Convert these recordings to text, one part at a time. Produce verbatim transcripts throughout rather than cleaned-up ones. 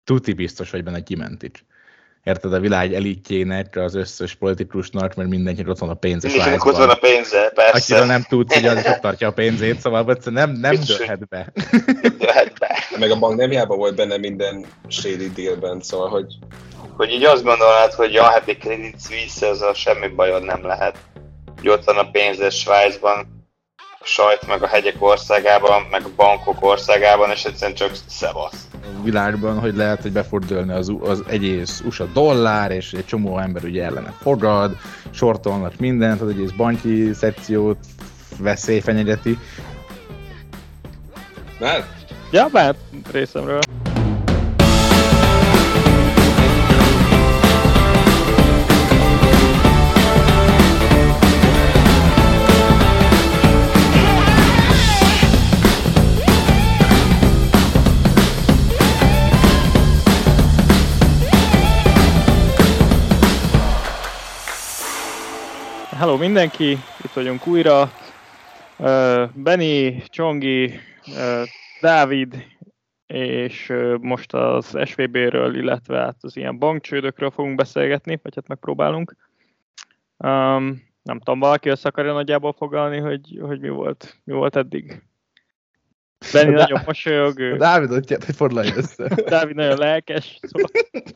tuti biztos, hogy benne Kimentics. Érted, a világ elitjének, az összes politikusnak, mert mindenkinek ott van a pénze Mindenkinek ott van a pénze, persze. Akiről nem tudsz, hogy az is ott tartja a pénzét, szóval nem, nem dőlhet be. Dőlhet be. Meg a bank nem hiába volt benne minden shady dealben, szóval, hogy... Hogy így azt gondolnád, hogy ja, hát egy Credit Suisse, az a semmi bajod nem lehet. Hogy ott van a pénzes Svájcban, a sajt meg a hegyek országában, meg a bankok országában, és egyszerűen csak szevasz. A világban, hogy lehet, hogy befordulni az, az egész u es á dollár, és egy csomó ember ugye ellene fogad, sortolnak mindent, az egész banki szekciót veszély fenyegeti. Már? Ja, már részemről. Hello mindenki, itt vagyunk újra. Uh, Benny, Csongi, uh, Dávid, és uh, most az es vé bé-ről, illetve hát az ilyen bankcsődökről fogunk beszélgetni, vagy hát megpróbálunk. Um, nem tudom, valaki össze akarja nagyjából foglalni, hogy, hogy mi volt, mi volt eddig. Benny nagyon mosolyog. Ő... Dávidot kért, hogy foglalj össze. Dávid nagyon lelkes. Szóval...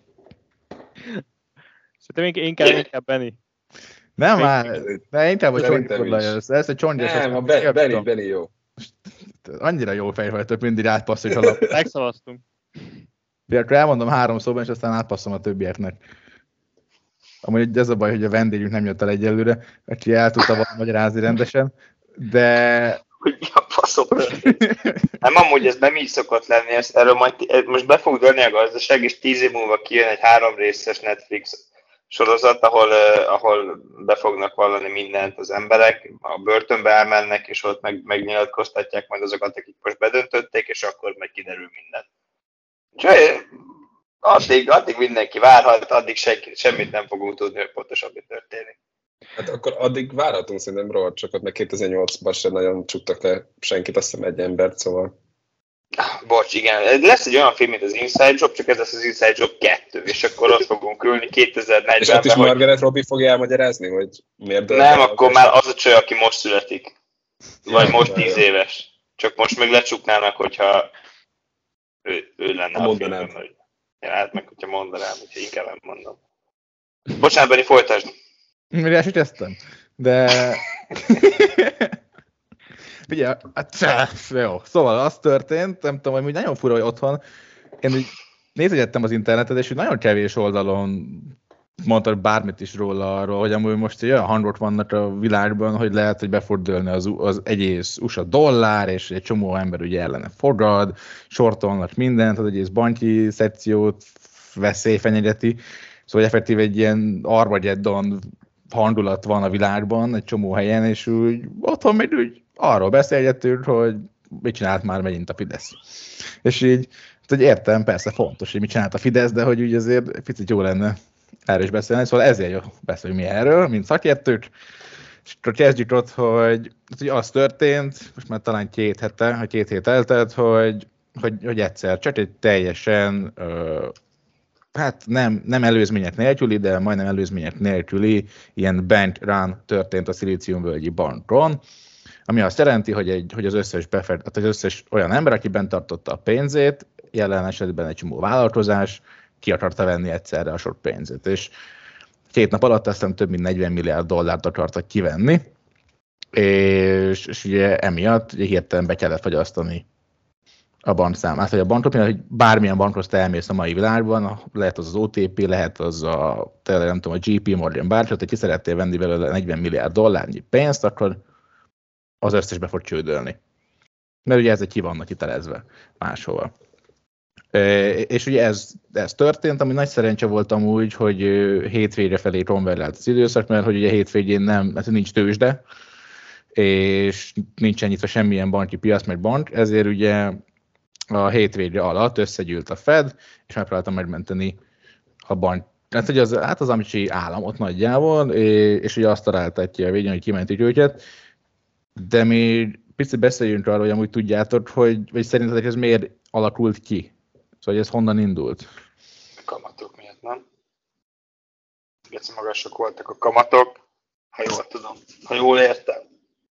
Szerintem inkább, inkább Benny. Nem már, de inkább a Csondi foglalja össze. Ezt a Csondi Nem, a Benny, Benny jó. Annyira jó fej vagytok, mindig átpasszolj alap. Megszavaztunk. De akkor elmondom három szóban, és aztán átpasszom a többieknek. Amúgy ez a baj, hogy a vendégünk nem jött el egyelőre, aki el tudta volna magyarázni rendesen, de... Hogy a faszom Nem, amúgy ez nem így szokott lenni, ezt, erről majd, most be fog dőlni a gazdaság, és tíz év múlva kijön egy három részes Netflix sorozat, ahol, uh, ahol be fognak vallani mindent az emberek, a börtönbe elmennek, és ott meg, megnyilatkoztatják majd azokat, akik most bedöntötték, és akkor meg kiderül minden. Úgyhogy addig, addig mindenki várhat, addig senki, semmit nem fogunk tudni, hogy pontosan mi történik. Hát akkor addig várhatunk szerintem rohadt sokat, meg kétezer-nyolcban sem nagyon csuktak le senkit, azt hiszem egy embert, szóval... Bocs, igen. Lesz egy olyan film, mint az Inside Job, csak ez lesz az Inside Job kettő, és akkor ott fogunk ülni kétezer-negyvenben. És ott is Margaret hogy... Robbie fogja elmagyarázni, hogy miért... Nem, akkor már az a csaj, aki most születik. Vagy ja, most tíz éves. Csak most még lecsuknának, hogyha ő, ő lenne a, a filmben. Hogy... Ja, hát meg, hogyha mondanám, úgyhogy inkább nem mondom. Bocsánat, Benni, folytasd. Mire elsüteztem, de... Ugye, hát, jó. Szóval az történt, nem tudom, hogy nagyon fura, hogy otthon. Én úgy nézegettem az internetet, és úgy nagyon kevés oldalon mondtak bármit is róla arról, hogy amúgy most olyan hangok vannak a világban, hogy lehet, hogy befordulni az, az egész u es á dollár, és egy csomó ember ugye ellene fogad, sortolnak mindent, az egész banki szekciót veszély fenyegeti. Szóval effektív egy ilyen Armageddon hangulat van a világban, egy csomó helyen, és úgy otthon még úgy arról beszélgetünk, hogy mit csinált már megint a Fidesz. És így, hogy értem, persze fontos, hogy mit csinált a Fidesz, de hogy úgy azért picit jó lenne erről is beszélni, szóval ezért jó beszélni mi erről, mint szakértők. És akkor kezdjük ott, hogy, hogy az történt, most már talán két hete, vagy két hét eltelt, hogy, hogy, hogy egyszer csak egy teljesen, ö, hát nem, nem előzmények nélküli, de majdnem előzmények nélküli ilyen bank run történt a Szilíciumvölgyi bankon, ami azt jelenti, hogy, egy, hogy az, összes befed, az összes olyan ember, aki bent tartotta a pénzét, jelen esetben egy csomó vállalkozás, ki akarta venni egyszerre a sok pénzét. És két nap alatt aztán több mint negyven milliárd dollárt akartak kivenni, és, és ugye emiatt ugye hirtelen be kellett fagyasztani a bankszámát, vagy a bankot, hogy bármilyen bankhoz te elmész a mai világban, lehet az az o té pé, lehet az a, tényleg nem tudom, a gé pé Morgan bárcsak, hogy ki szerettél venni belőle negyven milliárd dollárnyi pénzt, akkor az összesbe fog csődölni. Mert ugye ezek ki vannak kitelezve máshova. E, és ugye ez, ez történt, ami nagy szerencse volt amúgy, hogy hétvégre felé konvergált az időszak, mert hogy ugye hétvégén nem, hát nincs tőzsde, és nincsen nyitva semmilyen banki piac, meg bank, ezért ugye a hétvégre alatt összegyűlt a Fed, és megpróbáltam megmenteni a bank. Hát, hogy az, hát az amerikai államot nagyjából, és, és ugye azt találtatja a végén, hogy kimentik őket, de még picit beszéljünk arról, hogy amúgy tudjátok, hogy vagy szerintetek ez miért alakult ki? Szóval Szóval ez honnan indult? A kamatok miatt, nem? Geci magasok voltak a kamatok, ha jól tudom, ha jól értem.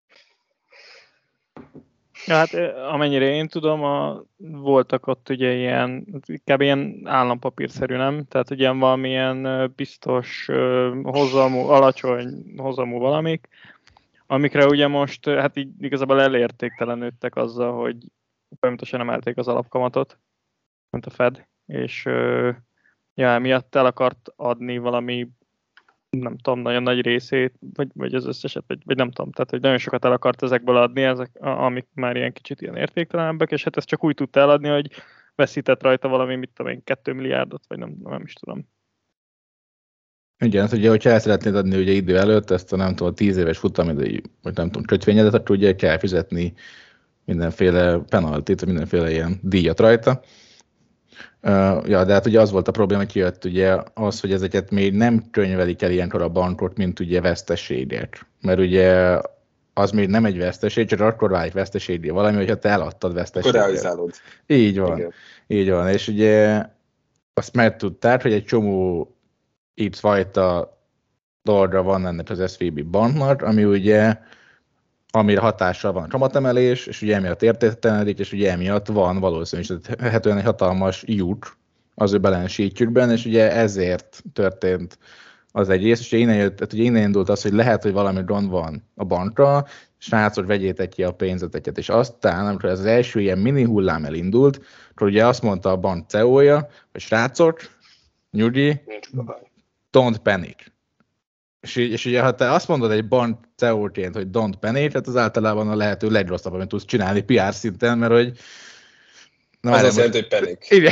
Ja, hát amennyire én tudom, a, voltak ott ugye ilyen, kb. Ilyen állampapírszerű, nem? Tehát ugye valamilyen biztos hozamú, alacsony hozamú valamik, amikre ugye most, hát így igazából elértéktelenődtek azzal, hogy folyamatosan emelték az alapkamatot, mint a Fed, és ja, emiatt el akart adni valami, nem tudom, nagyon nagy részét, vagy, vagy az összeset, vagy, vagy nem tudom, tehát hogy nagyon sokat el akart ezekből adni, ezek, amik már ilyen kicsit ilyen értéktelenebbek, és hát ezt csak úgy tudta eladni, hogy veszített rajta valami, mit tudom én, kettő milliárdot, vagy nem, nem is tudom. Igen, hát ugye, hogyha el szeretnéd adni ugye idő előtt ezt a nem tudom, tíz éves futamidői, vagy nem tudom, kötvényedet, akkor ugye kell fizetni mindenféle penaltit, vagy mindenféle ilyen díjat rajta. Uh, ja, de hát ugye az volt a probléma, hogy kijött ugye az, hogy ezeket még nem könyvelik el ilyenkor a bankot, mint ugye veszteséget. Mert ugye az még nem egy veszteség, csak akkor válik veszteségé valami, hogyha te eladtad veszteséget. Akkor realizálod. Így van. Igen. Így van. És ugye azt megtudták, hogy egy csomó X-fajta dolgra van ennek az es vé bé banknak, ami ugye amire hatással van a kamatemelés, és ugye emiatt értéktelenedik, és ugye emiatt van valószínűleg egy hatalmas lyuk az ő balance sheetjükben, és ugye ezért történt az egész, és ugye innen, jött, ugye innen indult az, hogy lehet, hogy valami gond van a bankra, srácok, vegyétek ki a pénzeteket, és aztán, amikor ez az első ilyen mini hullám elindult, akkor ugye azt mondta a bank cé e ó-ja, hogy srácok, nyugi, don't panic. És, és ugye, ha te azt mondod egy bank cé e ó-ként, hogy don't panic, hát az általában a lehető legrosszabb, amit tudsz csinálni pé er szinten, mert hogy... Na, az azt jelenti, hogy panic. Igen.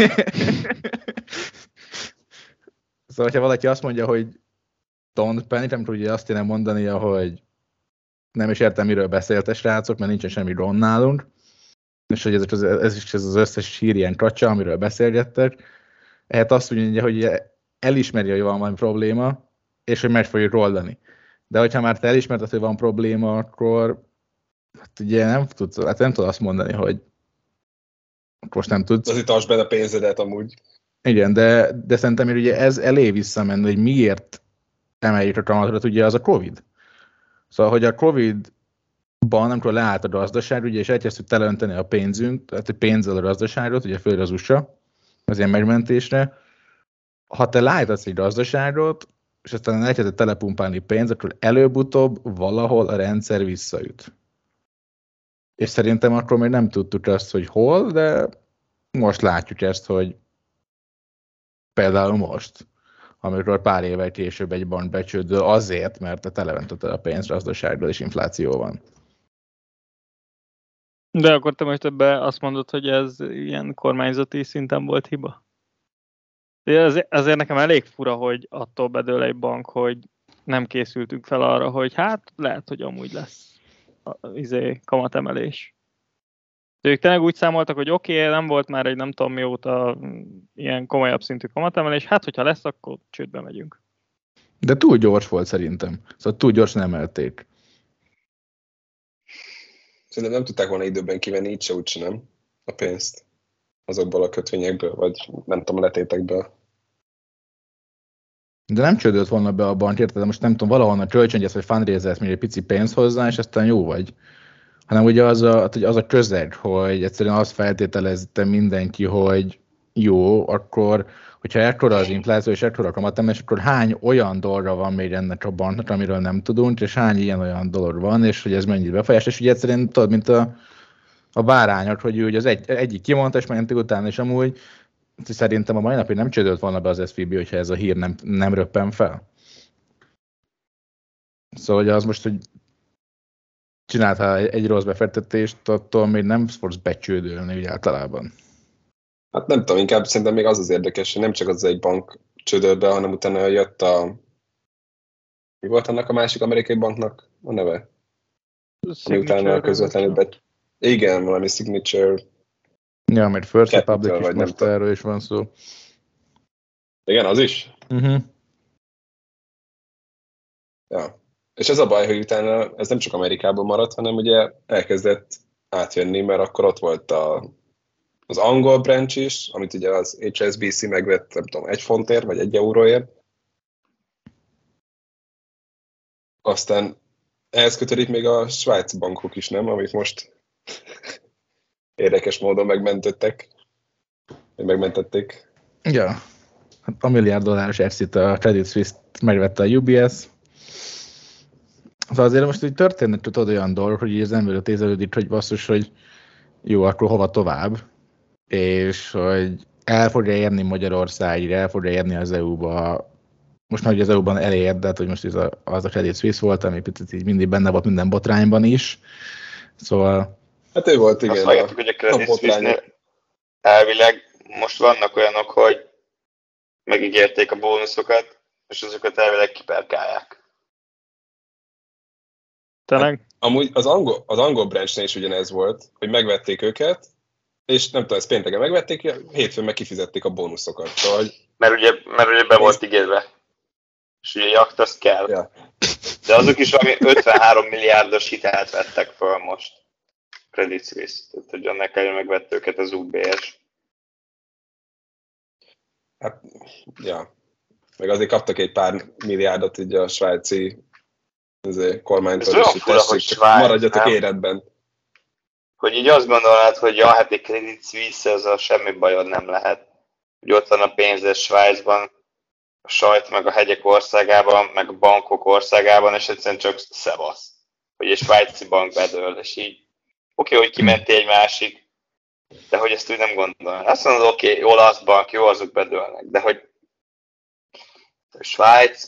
Szóval, ha valaki azt mondja, hogy don't panic, nem tud ugye azt kéne mondania, hogy nem is értem, miről beszéltek, srácok, mert nincsen semmi gond nálunk. És hogy ez, ez, ez, ez az összes hír ilyen kacsa, amiről beszélgettek. Hát azt mondja, hogy elismeri, hogy van valami probléma, és hogy meg fogjuk oldani. De hogyha már te elismerted, hogy van probléma, akkor hát ugye nem tudsz, hát nem tudod azt mondani, hogy most nem tudsz. Azért tartsd benne a pénzedet amúgy. Igen, de, de szerintem ugye ez elé visszamenni, hogy miért emeljük a kamatokat, ugye az a Covid. Szóval, hogy a Covid-ban, amikor leállt a gazdaság, ugye, és elkezdtük teleönteni a pénzünk, tehát a pénzzel a gazdaságot, ugye főleg az u es á, az ilyen megmentésre, ha te leállítasz egy gazdaságot, és aztán elkezdett telepumpálni pénzt, akkor előbb-utóbb valahol a rendszer visszaüt. És szerintem akkor még nem tudtuk azt, hogy hol, de most látjuk ezt, hogy például most, amikor pár évvel később egy bank becsődöl azért, mert te teleöntötted a pénzt gazdaságról, és infláció van. De akkor te most ebbe azt mondod, hogy ez ilyen kormányzati szinten volt hiba? Azért nekem elég fura, hogy attól bedől egy bank, hogy nem készültünk fel arra, hogy hát lehet, hogy amúgy lesz izé, kamatemelés. De ők tényleg úgy számoltak, hogy oké, okay, nem volt már egy nem tudom mióta ilyen komolyabb szintű kamatemelés, hát hogyha lesz, akkor csődbe megyünk. De túl gyors volt szerintem. Szóval túl gyorsan emelték. Szerintem nem tudták volna időben kivenni, így se úgy se nem, a pénzt azokból a kötvényekből, vagy nem tudom, a letétekből. De nem csődölt volna be a bank, érted? Most nem tudom, valahonnan kölcsöngyesz, vagy fundraisersz még egy pici pénz hozzá, és aztán jó vagy. Hanem ugye az a, az a közeg, hogy egyszerűen azt feltételezte mindenki, hogy jó, akkor, hogyha ekkora az infláció, és ekkora a kamatemelés, akkor hány olyan dolga van még ennek a banknak, amiről nem tudunk, és hány ilyen-olyan dolog van, és hogy ez mennyit befolyás, és ugye egyszerűen tudod, mint a, a bárányok, hogy ugye az egy, egyik kimondta, és mentek utána, és amúgy szerintem a mai napig nem csődölt volna be az es vé bé, hogyha ez a hír nem, nem röppen fel. Szóval az most, hogy csináltál egy rossz befektetést, attól még nem fogsz becsődölni úgy általában. Hát nem tudom, inkább szerintem még az az érdekes, hogy nem csak az egy bank csődölt be, hanem utána jött a... Mi volt annak a másik amerikai banknak a neve? Ami utána közvetlenül be... Igen, valami Signature... Ja, mert First Republic is most erről is van szó. Igen, az is? Uh-huh. Ja. És ez a baj, hogy utána ez nem csak Amerikában maradt, hanem ugye elkezdett átjönni, mert akkor ott volt a az angol branch is, amit ugye az há es bé cé megvett, nem tudom, egy fontért, vagy egy euróért. Aztán ehhez kötődik még a svájci bankok is, nem? Amik most érdekes módon megmentettek. Megmentették. Ja, hát a milliárd dolláros exit a Credit Suisse-t megvette a u bé es. Szóval azért most így történnek tudod olyan dolgok, hogy így az emberről tézelődik, hogy basszus, hogy jó, akkor hova tovább, és hogy el fogja érni Magyarországra, el fogja érni az é u-ba. Most már ugye az é u-ban elért, de hát, hogy most ez a, az a Credit Suisse volt, ami picit így mindig benne volt minden botrányban is. Szóval... Hát ő volt, igen. Azt hallgattuk, hogy a Credit Suisse-nél elvileg most vannak olyanok, hogy megígérték a bónuszokat, és azokat elvileg kiperkálják. Tényleg? Hát, amúgy az angol, az angol branchnél is ugyanez volt, hogy megvették őket, és nem tudom, ezt pénteken megvették, hétfőn meg kifizették a bónuszokat. Szóval, hogy... mert, ugye, mert ugye be volt ígérve. És ugye jakt, azt kell. Ja. De azok is valami ötvenhárom milliárdos hitelt vettek föl most. Credit Suisse. Tehát, hogy annak elég megvett őket az u bé es. Hát, ja. Meg azért kaptak egy pár milliárdot így a svájci kormánytól, és fura, hogy Svájc, maradjatok nem? életben. Hogy így azt gondolnád, hogy ja, hát egy Credit Suisse, az a semmi bajod nem lehet. Hogy ott van a pénzed Svájcban, a sajt meg a hegyek országában, meg a bankok országában, és egyszerűen csak szevasz. Hogy egy svájci bank bedől, és így oké, okay, hogy kimenti egy másik, de hogy ezt úgy nem gondolom. Azt mondod, oké, okay, olasz bank, jó, azok bedőlnek, de hogy a Svájc...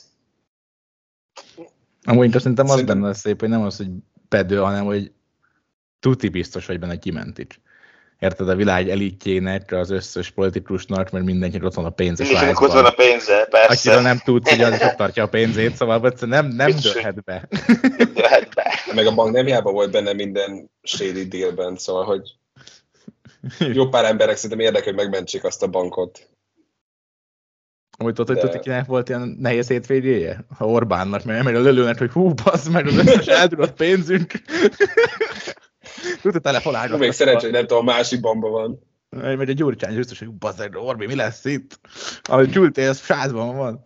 Amúgy szerintem az Szerintem... benne szép, hogy nem az, hogy bedől, hanem hogy tuti biztos, hogy benne kimentik. Érted, a világ elitjének, az összes politikusnak, mert mindenkinek ott van a pénze Svájcban. Mindenkinek ott van a pénze, persze. Akiről nem tudsz, hogy az is ott tartja a pénzét, szóval nem, nem dőlhet be. Nem dőlhet be. Meg a bank nem hiába volt benne minden shady dealben, szóval, hogy jó pár emberek szerintem érdekel, hogy megmentsék azt a bankot. Amúgy tudod, hogy Tutikinek volt ilyen nehéz hétvégéje? Ha Orbánnak, mert nem lölőnek, hogy hú, bassz meg az összes eldurott pénzünk. Tudod, telefonálgatnak. Még szerencsé, hogy nem tudom, a másik bankban van. Mert a Gyurcsány biztos, hogy bassz meg, Orbi, mi lesz itt? Ahogy Gyulté, az sázban van.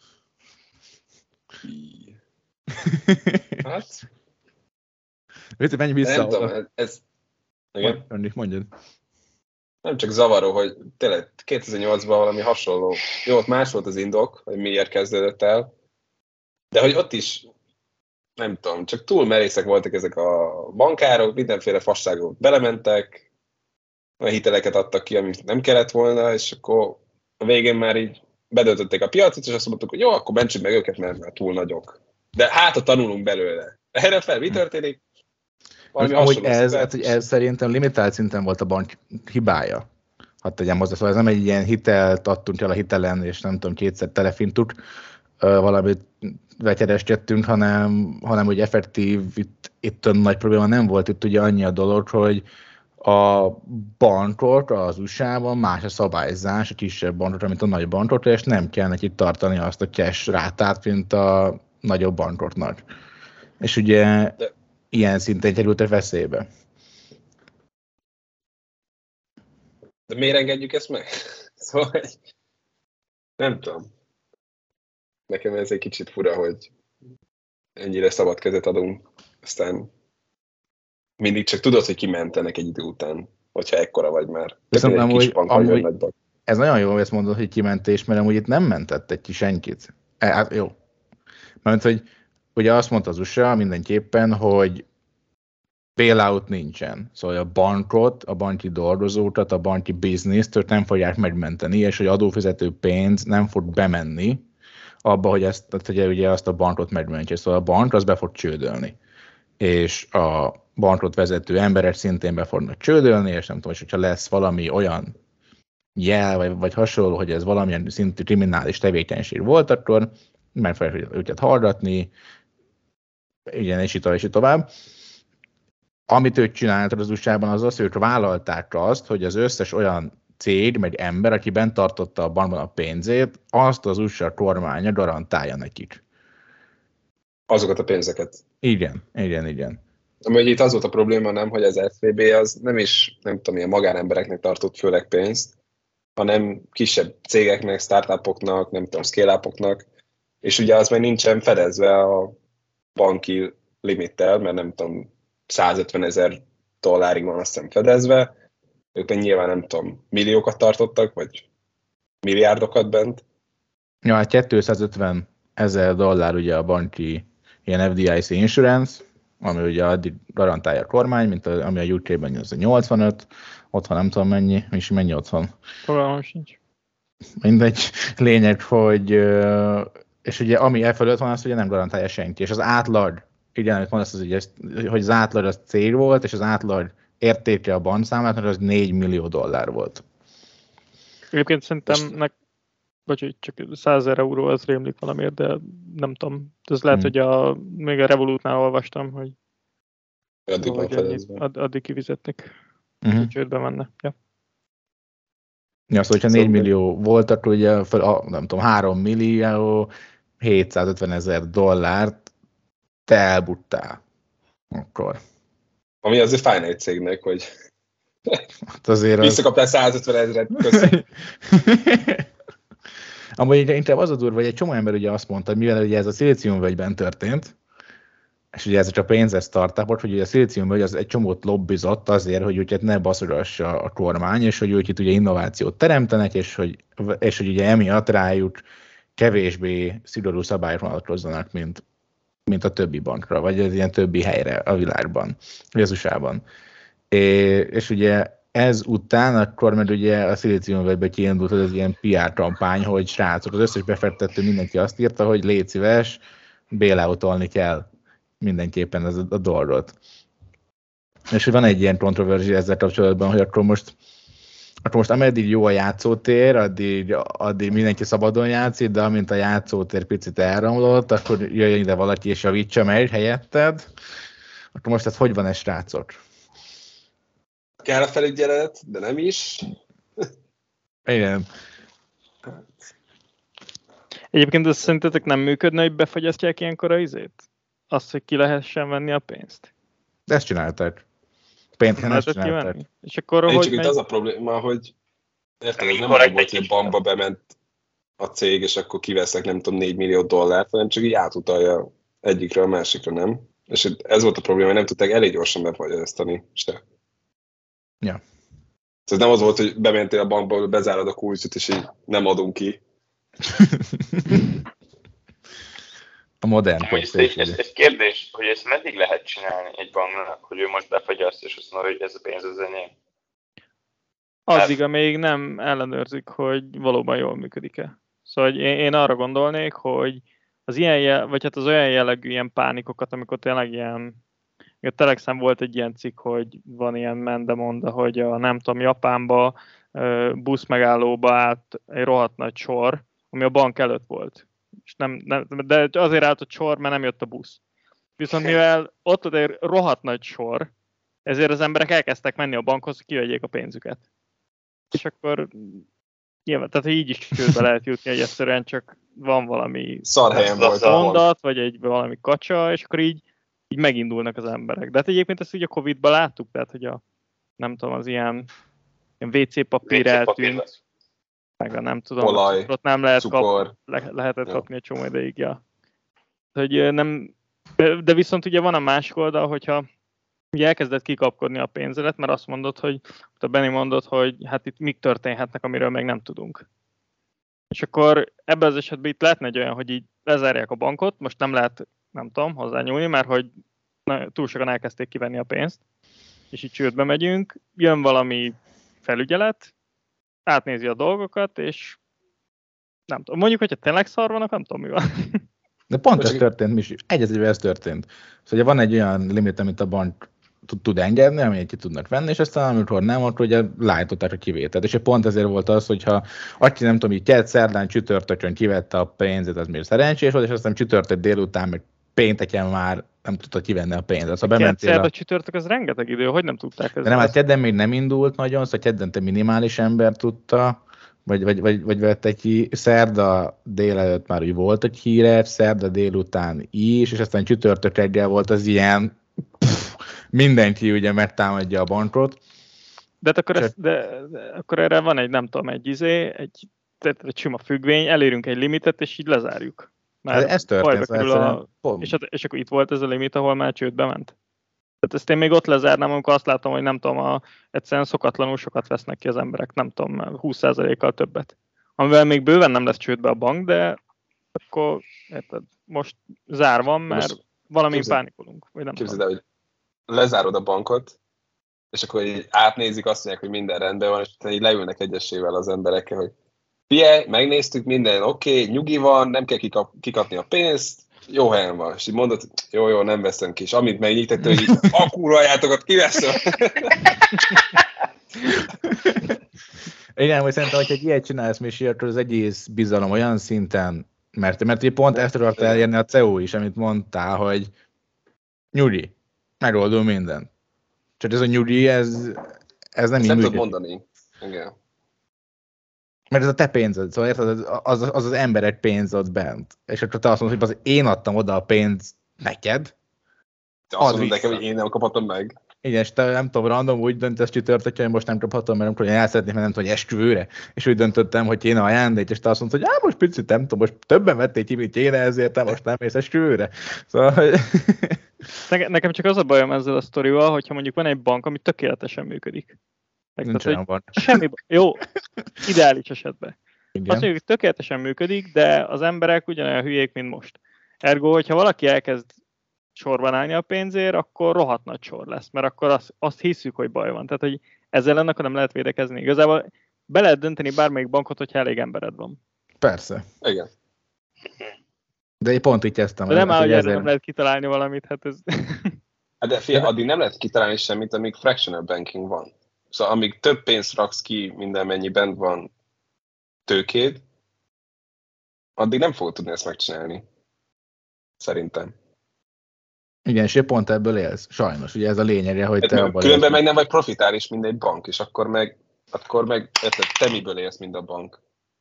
Hát? Viszont menj vissza. Nem tudom, ez... ez... Igen? Mondjuk, mondjad. Nem csak zavaró, hogy tényleg kétezer-nyolcban valami hasonló. Jó, ott más volt az indok, hogy miért kezdődött el, de hogy ott is, nem tudom, csak túl merészek voltak ezek a bankárok, mindenféle fasságok belementek, olyan hiteleket adtak ki, amit nem kellett volna, és akkor a végén már így bedöltötték a piacot, és azt mondtuk, hogy jó, akkor mentsük meg őket, mert már túl nagyok. De hát, a tanulunk belőle. Erre fel, mi történik? Amúgy ez, hát, hogy ez szerintem limitált szinten volt a bank hibája. Hadd tegyem hozzá, szóval ez nem egy ilyen hitelt adtunk el a hitelen, és nem tudom, kétszer telefintuk, valamit vegyereskedtünk, hanem, hanem hogy effektív, itt, itt nagy probléma nem volt, itt ugye annyi a dolog, hogy a bankok az u es á-ban más a szabályzás, a kisebb bankokra, mint a nagy bankokra, és nem kell nekik tartani azt a cash rátát, mint a nagyobb bankoknak. És ugye de... ilyen szinten kerültek veszélybe. De miért engedjük ezt meg? Szóval nem tudom. Nekem ez egy kicsit fura, hogy ennyire szabad kezet adunk, aztán mindig csak tudod, hogy kimentenek egy idő után, hogyha ekkora vagy már. Viszont amúgy, amúgy ez nagyon jó, hogy ezt mondod, hogy kimentés, mert amúgy itt nem mentettek ki senkit. E, hát jó. Mert hogy ugye azt mondta az u es á mindenképpen, hogy bailout nincsen. Szóval a bankot, a banki dolgozókat, a banki bizniszt ők nem fogják megmenteni, és hogy adófizető pénz nem fog bemenni abba, hogy, ezt, hogy ugye azt a bankot megmentje. Szóval a bank az be fog csődölni. És a bankot vezető emberek szintén be fognak csődölni, és nem tudom, és hogyha lesz valami olyan jel, vagy, vagy hasonló, hogy ez valamilyen szintű kriminális tevékenység volt, akkor meg fogják őket hallgatni, igen, és itt, és itt tovább. Amit ők csináltak az u es á-ban, az az, hogy ők vállalták azt, hogy az összes olyan cég, meg ember, aki bent tartotta a bankban a pénzét, azt az u es á kormánya garantálja nekik. Azokat a pénzeket. Igen, igen, igen. Amúgy itt az volt a probléma, nem, hogy az ef vé bé az nem is, nem tudom, ilyen magánembereknek tartott főleg pénzt, hanem kisebb cégeknek, startupoknak, nem tudom, scale-upoknak, és ugye az meg nincsen fedezve a banki limittel, mert nem tudom, százötven ezer dollárig van azt hiszem fedezve, ők meg nyilván nem tudom, milliókat tartottak, vagy milliárdokat bent. Ja, hát kétszázötven ezer dollár ugye a banki ilyen ef dé i cé insurance, ami ugye addig garantálja a kormány, mint a, ami a u ká-ben az a nyolcvanöt, otthon nem tudom mennyi, és mennyi otthon. Fogalmam sincs. Mindegy, lényeg, hogy és ugye ami e fölött van, azt ugye nem garantálja senki, és az átlag, igen, amit mondasz, az ugye, hogy az átlag az cég volt, és az átlag értéke a bankszámlát, az négy millió dollár volt. Egyébként szerintem, nek, vagy csak százezer euró az rémlik valamiért, de nem tudom. Ez lehet, hmm. hogy a, még a Revolutnál olvastam, hogy addig, hogy ennyit, add, addig kifizetnek, uh-huh. hogy csődbe menne. Ja. Ja, szóval, hogyha négy millió volt, akkor ugye fel, a, nem tudom, három millió, hétszázötven ezer dollárt te elbuttál. Akkor. Ami azért fájna egy cégnek, hogy hát azért visszakaptál az... százötven ezeret, köszönöm. Amúgy inkább az a durva, hogy egy csomó ember ugye azt mondta, hogy mivel ugye ez a szilíciumvölgyben történt, és ugye ezek a pénzes startupok, hogy ugye a szilíciumvölgy az egy csomót lobbizott azért, hogy ugye ne baszogassa a kormány, és hogy úgy itt ugye innovációt teremtenek, és hogy, és hogy ugye emiatt rájuk kevésbé szigorú szabályok vonatkozzanak, mint, mint a többi bankra, vagy az ilyen többi helyre a világban, vagy az u es á-ban. És, és ugye ez után akkor meg ugye a szilíciumvölgybe kiindult az ilyen pé er kampány, hogy srácok, az összes befektető mindenki azt írta, hogy légy szíves, bailoutolni kell mindenképpen ez a, a dolgot. És hogy van egy ilyen kontroverzia ezzel kapcsolatban, hogy akkor most, akkor most ameddig jó a játszótér, addig, addig mindenki szabadon játszik, de amint a játszótér picit elromlott, akkor jöjjön ide valaki és javítsa meg helyetted. Akkor most ez hogy van ez, srácok? Kell a felügyelet, de nem is. Igen. Egyébként ez szerintetek nem működne, hogy befagyasztják ilyenkor a izét? Azt, hogy ki lehessen venni a pénzt? De ezt csinálták. Pénteken ezt csinálták. Kivenni? És akkor Én hogy csak megy? itt az a probléma, hogy értem, ez nem Mikor úgy egy volt, hogy bankba bement a cég, és akkor kivesznek nem tudom négy millió dollárt, hanem csak így átutalja egyikre a másikra, nem? És ez volt a probléma, hogy nem tudták elég gyorsan befagyasztani se. Ja. Ez nem az volt, hogy bementél a bankba, bezárod a kulcsot, és így nem adunk ki. A modern ez, egy, ez, ez kérdés, hogy ezt meddig lehet csinálni egy banknak, hogy ő most befagyaszt, és azt mondja, hogy ez a pénz az enyém? Addig, amíg nem ellenőrzik, hogy valóban jól működik-e. Szóval én, én arra gondolnék, hogy az ilyen, jel, vagy hát az olyan jellegű ilyen pánikokat, amikor tényleg ilyen, a Telexen volt egy ilyen cikk, hogy van ilyen mendemonda, hogy a nem tudom, Japánba busz megállóba állt egy rohadt nagy sor, ami a bank előtt volt. És nem, nem, de azért állt a sor, mert nem jött a busz. Viszont mivel ott volt egy rohadt nagy sor, ezért az emberek elkezdtek menni a bankhoz, hogy kivegyék a pénzüket. És akkor nyilván, tehát így is csődbe lehet jutni, hogy egyszerűen csak van valami szarhelyen volt mondat, vagy egy valami kacsa, és akkor így, így megindulnak az emberek. De hát egyébként ezt ugye a Covid-ban láttuk, tehát hogy a, nem tudom, az ilyen, ilyen vé cé papír eltűnt, meg a nem tudom, olaj, ott nem lehet cukor. Kap, le, lehetett kapni egy csomó ideig, ja. Hogy nem, de viszont ugye van a másik oldal, hogyha ugye elkezdett kikapkodni a pénzedet, mert azt mondod, hogy a Benni mondott, hogy hát itt mik történhetnek, amiről még nem tudunk. És akkor ebben az esetben itt lehetne egy olyan, hogy így lezárják a bankot, most nem lehet, nem tudom, hozzányúlni, mert hogy na, túl sokan elkezdték kivenni a pénzt, és így csődbe megyünk, jön valami felügyelet, átnézi a dolgokat, és nem tudom, mondjuk, hogyha tényleg szar vannak, nem tudom, mi van. De pont ez történt, Misi. Egyezőben ez történt. Szóval van egy olyan limit, amit a bank tud engedni, amit ki tudnak venni, és aztán amikor nem, akkor ugye lájtották a kivételt. És pont ezért volt az, hogyha aki nem tudom, így kelt szerdán csütörtökön kivette a pénzét, az még szerencsés volt, és aztán csütörtök délután, meg pénteken már nem tudta kivenni a pénzt. Szóval bementél szerda, a... csütörtök, az rengeteg idő, hogy nem tudták ezt? De nem, hát kedden még nem indult nagyon, szóval kedden te minimális ember tudta, vagy, vagy, vagy, vagy vette ki, szerda délelőtt már úgy volt egy híres, szerda délután is, és aztán csütörtök reggel volt az ilyen, pff, mindenki ugye megtámadja a bankot. De, hát akkor, ezt, de, de akkor erre van egy, nem tudom, egy izé, egy, egy sima függvény, elérünk egy limitet, és így lezárjuk. Már ez történt. A, és, és akkor itt volt ez a limit, ahol már csődbe ment. Tehát ezt én még ott lezárnám, amikor azt látom, hogy nem tudom, a, egyszerűen szokatlanul sokat vesznek ki az emberek, nem tudom, húsz százalékkal többet. Amivel még bőven nem lesz csődbe a bank, de akkor érted, most zár van, mert most valami képzeld, pánikolunk. Vagy nem képzeld el, hogy lezárod a bankot, és akkor így átnézik, azt mondják, hogy minden rendben van, és utána így leülnek egyesével az emberekkel, hogy figyelj, megnéztük, minden oké, okay, nyugi van, nem kell kikap, kikapni a pénzt, jó helyen van. És így mondod, jó, jó, nem veszem ki. És amint megnyitett, hogy így, a kurva ajátokat kiveszem. Igen, hogy szerintem, hogy egy ilyet csinálsz, Misi, akkor az egész bizalom olyan szinten, mert, mert ugye pont ezt akart elérni a cé e o is, amit mondtál, hogy nyugi, megoldul mindent. Csak ez a nyugi, ez, ez nem ezt így nem működik. tudod mondani. Igen. Mert ez a te pénzed, szóval érted, az, az az, az emberek pénz ott bent. És akkor te azt mondod, hogy az én adtam oda a pénzt neked. Te azt mondod nekem, hogy én nem kaphatom meg. Igen, és te nem tudom, random úgy döntesz csütörtökön, hogy most nem kaphatom, mert amikor én el szeretném, mert nem tudom, hogy esküvőre. És úgy döntöttem, hogy kéne ajándék, és te azt mondod, hogy á, most picit nem tudom, most többen vették ki, mint kéne, ezért te most nem mész esküvőre. Szóval, hogy... ne, nekem csak az a bajom ezzel a sztorival, hogyha mondjuk van egy bank, ami tökéletesen működik. Nincs olyan van. Semmi baj. Jó, ideális esetben. Igen. Azt mondjuk, hogy tökéletesen működik, de az emberek ugyanolyan hülyék, mint most. Ergo, hogyha valaki elkezd sorban állni a pénzért, akkor rohadt nagy sor lesz, mert akkor azt, azt hiszük, hogy baj van. Tehát, hogy ezzel ennek nem lehet védekezni. Igazából be lehet dönteni bármelyik bankot, hogyha elég embered van. Persze. Igen. De én pont így kezdtem. De nem áll, hogy ezért... nem lehet kitalálni valamit, hát ez... Hát de figyelj, addig nem lehet kitalálni semmit, amíg fractional banking van. Szóval amíg több pénzt raksz ki, minden mennyi bent van tőkéd, addig nem fogod tudni ezt megcsinálni. Szerintem. Igen, és pont ebből élsz. Sajnos, ugye ez a lényege, hogy hát te abban különben meg nem vagy profitális, mint egy bank, és akkor meg, akkor meg te miből élsz, mint a bank.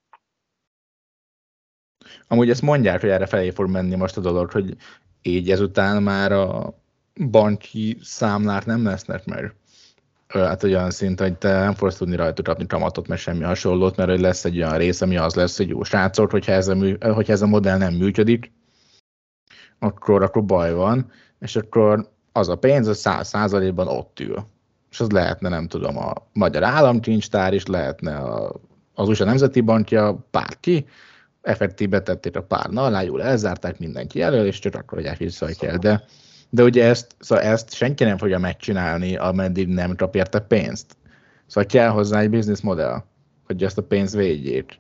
Amúgy ezt mondják, hogy erre felé fog menni most a dolog, hogy így ezután már a banki számlák nem lesznek meg. Hát olyan szint, hogy te nem fogsz tudni rajta kapni kamatot, mert semmi hasonlót, mert hogy lesz egy olyan rész, ami az lesz, hogy jó srácok, hogyha ez a, mű, hogyha ez a modell nem működik, akkor, akkor baj van, és akkor az a pénz, az száz százalékban ott ül. És az lehetne, nem tudom, a Magyar Államkincstár is, lehetne a, az u es á Nemzeti Bankja, bárki, effektív betették a párna alá, jól elzárták mindenki elől, és csak akkor, hogy elfizetsz kell. De, de ugye ezt, szóval ezt senki nem fogja megcsinálni, ameddig nem kap érte pénzt. Szóval kell hozzá egy business modell, hogy ezt a pénzt védjék.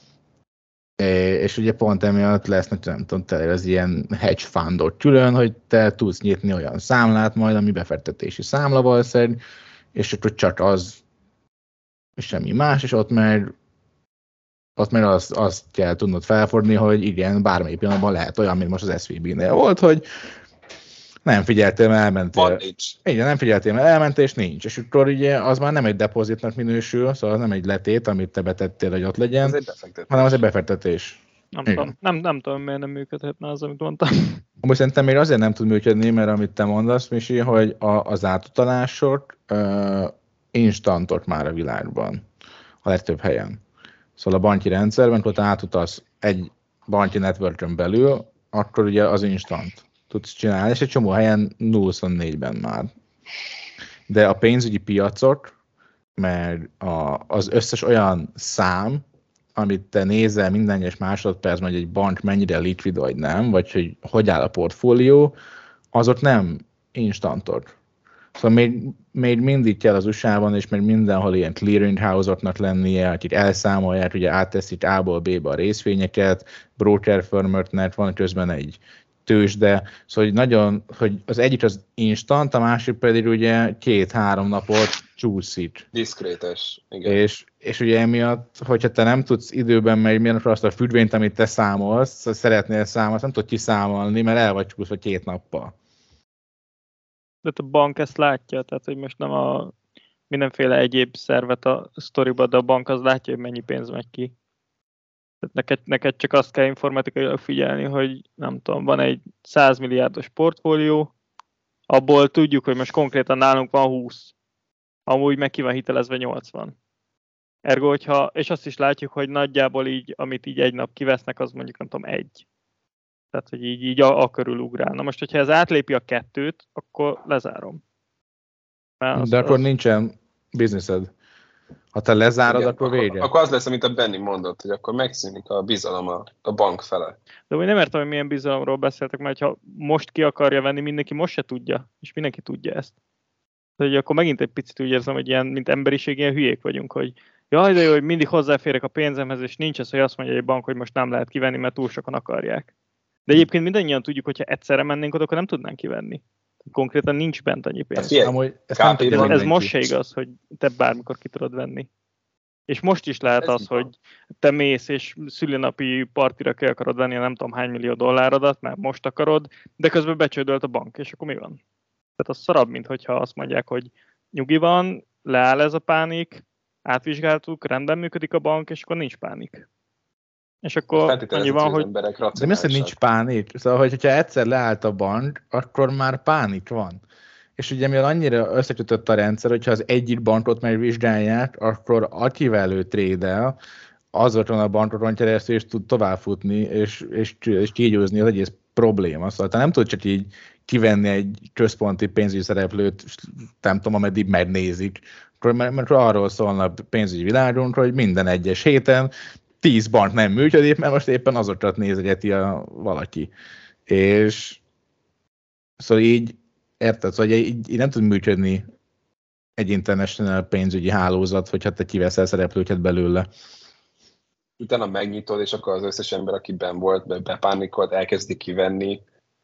És ugye pont emiatt lesznek, nem tudom, te az ilyen hedge fundot külön, hogy te tudsz nyitni olyan számlát majd, ami befektetési számla valószínűleg, és akkor csak az, és semmi más, és ott meg ott meg azt, azt kell tudnod felfordni, hogy igen, bármelyik pillanatban lehet olyan, mint most az es vé bé-nél volt, hogy nem figyeltél, mert elmentél. Igen, nem figyeltél, mert elmentél, és nincs. És akkor ugye az már nem egy depozitnak minősül, szóval az nem egy letét, amit te betettél, hogy ott legyen, hanem az egy befektetés. Nem tudom, nem, nem tudom, miért nem működhetne az, amit mondtam. Amúgy szerintem még azért nem tud működni, mert amit te mondasz, Misi, hogy a, az átutalások uh, instantok már a világban, a legtöbb helyen. Szóval a banki rendszerben, hogyha átutalsz egy banki networkön belül, akkor ugye az instant tudsz csinálni, és egy csomó helyen nulla huszonnégyben már. De a pénzügyi piacok, mert a, az összes olyan szám, amit te nézel minden egyes másodpercben, hogy egy bank mennyire likvid vagy nem, vagy hogy hogy áll a portfólió, azok nem instantok. Szóval még, még mindig kell az u es á-ban, és még mindenhol ilyen clearinghouse-oknak lennie, akik elszámolják, ugye átteszik A-ból B-be a részvényeket, broker firmöknek van közben egy tőzsde, szóval hogy nagyon, hogy az egyik az instant, a másik pedig ugye két-három napot csúszik. Diszkrétes, igen. És, és ugye emiatt, hogyha te nem tudsz időben megmérni azt a függvényt, amit te számolsz, szeretnél számolni, nem tudod kiszámolni, mert el vagy csúszva két nappal. De a bank ezt látja, tehát hogy most nem a mindenféle egyéb szervet a sztoriba, de a bank az látja, hogy mennyi pénz megy ki. Tehát neked, neked csak azt kell informatikailag figyelni, hogy nem tudom, van egy száz milliárdos portfólió, abból tudjuk, hogy most konkrétan nálunk van húsz. Amúgy meg ki van hitelezve nyolcvan. Ergo, hogyha, és azt is látjuk, hogy nagyjából így, amit így egy nap kivesznek, az mondjuk nem tudom, egy. Tehát, hogy így, így a, a körül ugrál. Na most, hogyha ez átlépi a kettőt, akkor lezárom. Az, De akkor az... nincsen bizniszed. Ha te lezárod, igen, akkor vége. Akkor az lesz, amit a Benni mondott, hogy akkor megszűnik a bizalom a, a bank fele. De úgy nem értem, hogy milyen bizalomról beszéltek, mert ha most ki akarja venni, mindenki most se tudja, és mindenki tudja ezt. Tehát, akkor megint egy picit úgy érzem, hogy ilyen, mint emberiség, ilyen hülyék vagyunk, hogy jaj, de jó, hogy mindig hozzáférek a pénzemhez, és nincs az, hogy azt mondja egy bank, hogy most nem lehet kivenni, mert túl sokan akarják. De egyébként mindannyian tudjuk, hogyha egyszerre mennénk oda, akkor nem tudnánk kivenni. Konkrétan nincs bent annyi pénz. Ez, Amúgy, ez, nem ez, ez most se igaz, hogy te bármikor ki tudod venni. És most is lehet ez az, hogy te mész és szülinapi partira ki akarod venni a nem tudom hány millió dollárodat, mert most akarod, de közben becsődölt a bank, és akkor mi van? Tehát az szarabb, mint hogyha azt mondják, hogy nyugi van, leáll ez a pánik, átvizsgáltuk, rendben működik a bank, és akkor nincs pánik. És akkor annyi van, hogy... De mi az, hogy nincs pánik? Szóval, hogyha egyszer leállt a bank, akkor már pánik van. És ugye mivel annyira összekötött a rendszer, hogyha az egyik bankot megvizsgálják, akkor akivel ő trédel, azokon a bankokon keresztül is tud továbbfutni, és, és, és kígyózni az egész probléma. Szóval te nem tudod csak így kivenni egy központi pénzügyi szereplőt, nem tudom, ameddig megnézik. Mert, mert arról szólna a pénzügyi világunk, hogy minden egyes héten tíz bank nem működik, mert most éppen azokat nézegeti a valaki. És szóval így, érted, szóval így, így nem tud működni egy international pénzügyi hálózat, hogyha te kiveszel szereplőket belőle. Utána megnyitod, és akkor az összes ember, aki benn volt, bepánikolt, elkezdi kivenni.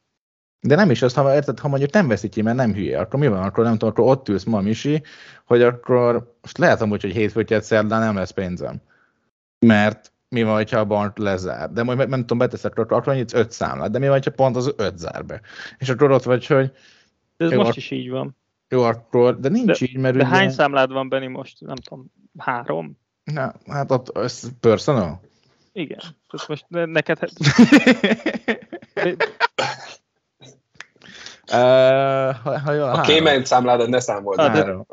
De nem is azt, ha, érted, ha mondjuk nem veszi ki, mert nem hülye, akkor mi van? Akkor nem tudom, akkor ott ülsz ma, Misi, hogy akkor most lehet amúgy, hogy hétfőt szerdán nem lesz pénzem. Mert mi van, ha a bank lezár? De majd nem tudom, beteszek, akkor, akkor nyitsz öt számlát, de mi van, ha pont az öt zár be? És akkor ott vagy, hogy... De ez jó, most is így van. Jó, akkor, de nincs de, így, mert De ugye... hány számlád van, Benni, most? Nem tudom, három? Na, hát ott ez personal? Igen. Tehát most neked... Uh, ha, ha jól, a Cayman számládat ne számold. Három.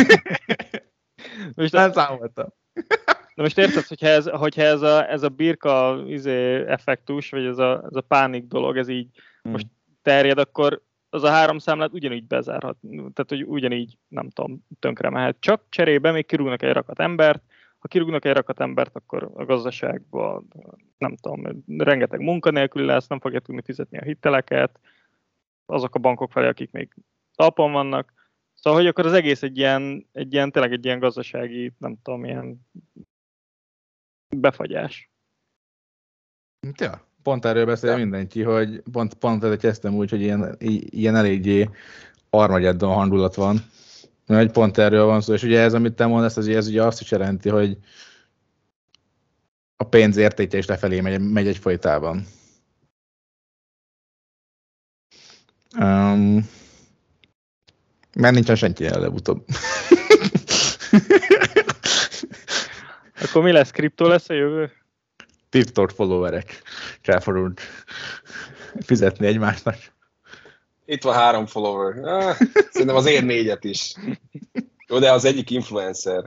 Most nem számoltam. De most érted, hogyha ez, hogyha ez a, ez a birka izé, effektus, vagy ez a, ez a pánik dolog, ez így hmm. most terjed, akkor az a három számlát ugyanígy bezárhat. Tehát, hogy ugyanígy, nem tudom, tönkre mehet. Csak cserébe még kirúgnak egy rakat embert. Ha kirúgnak egy rakat embert, akkor a gazdaságban, nem tudom, rengeteg munkanélkül lesz, nem fogja tudni fizetni a hiteleket, azok a bankok felé, akik még talpon vannak. Szóval, hogy akkor az egész egy ilyen, egy ilyen, tényleg egy ilyen gazdasági, nem tudom, ilyen befagyás. Ja, pont erről beszél ja. mindenki, hogy pont, pont ezzel kezdtem úgy, hogy ilyen, ilyen eléggé Armageddon hangulat van. Mert pont erről van szó, és ugye ez, amit te mondasz, ez, ez ugye azt is jelenti, hogy a pénz értéke is lefelé megy, megy egyfolytában. Um, mert nincsen senki előbb-utóbb. Akkor mi lesz? Kriptó lesz a jövő? TikTok followerek. Kell fogunk fizetni egymásnak. Itt van három follower. Ah, szerintem az ér négyet is. Jó, de az egyik influencer.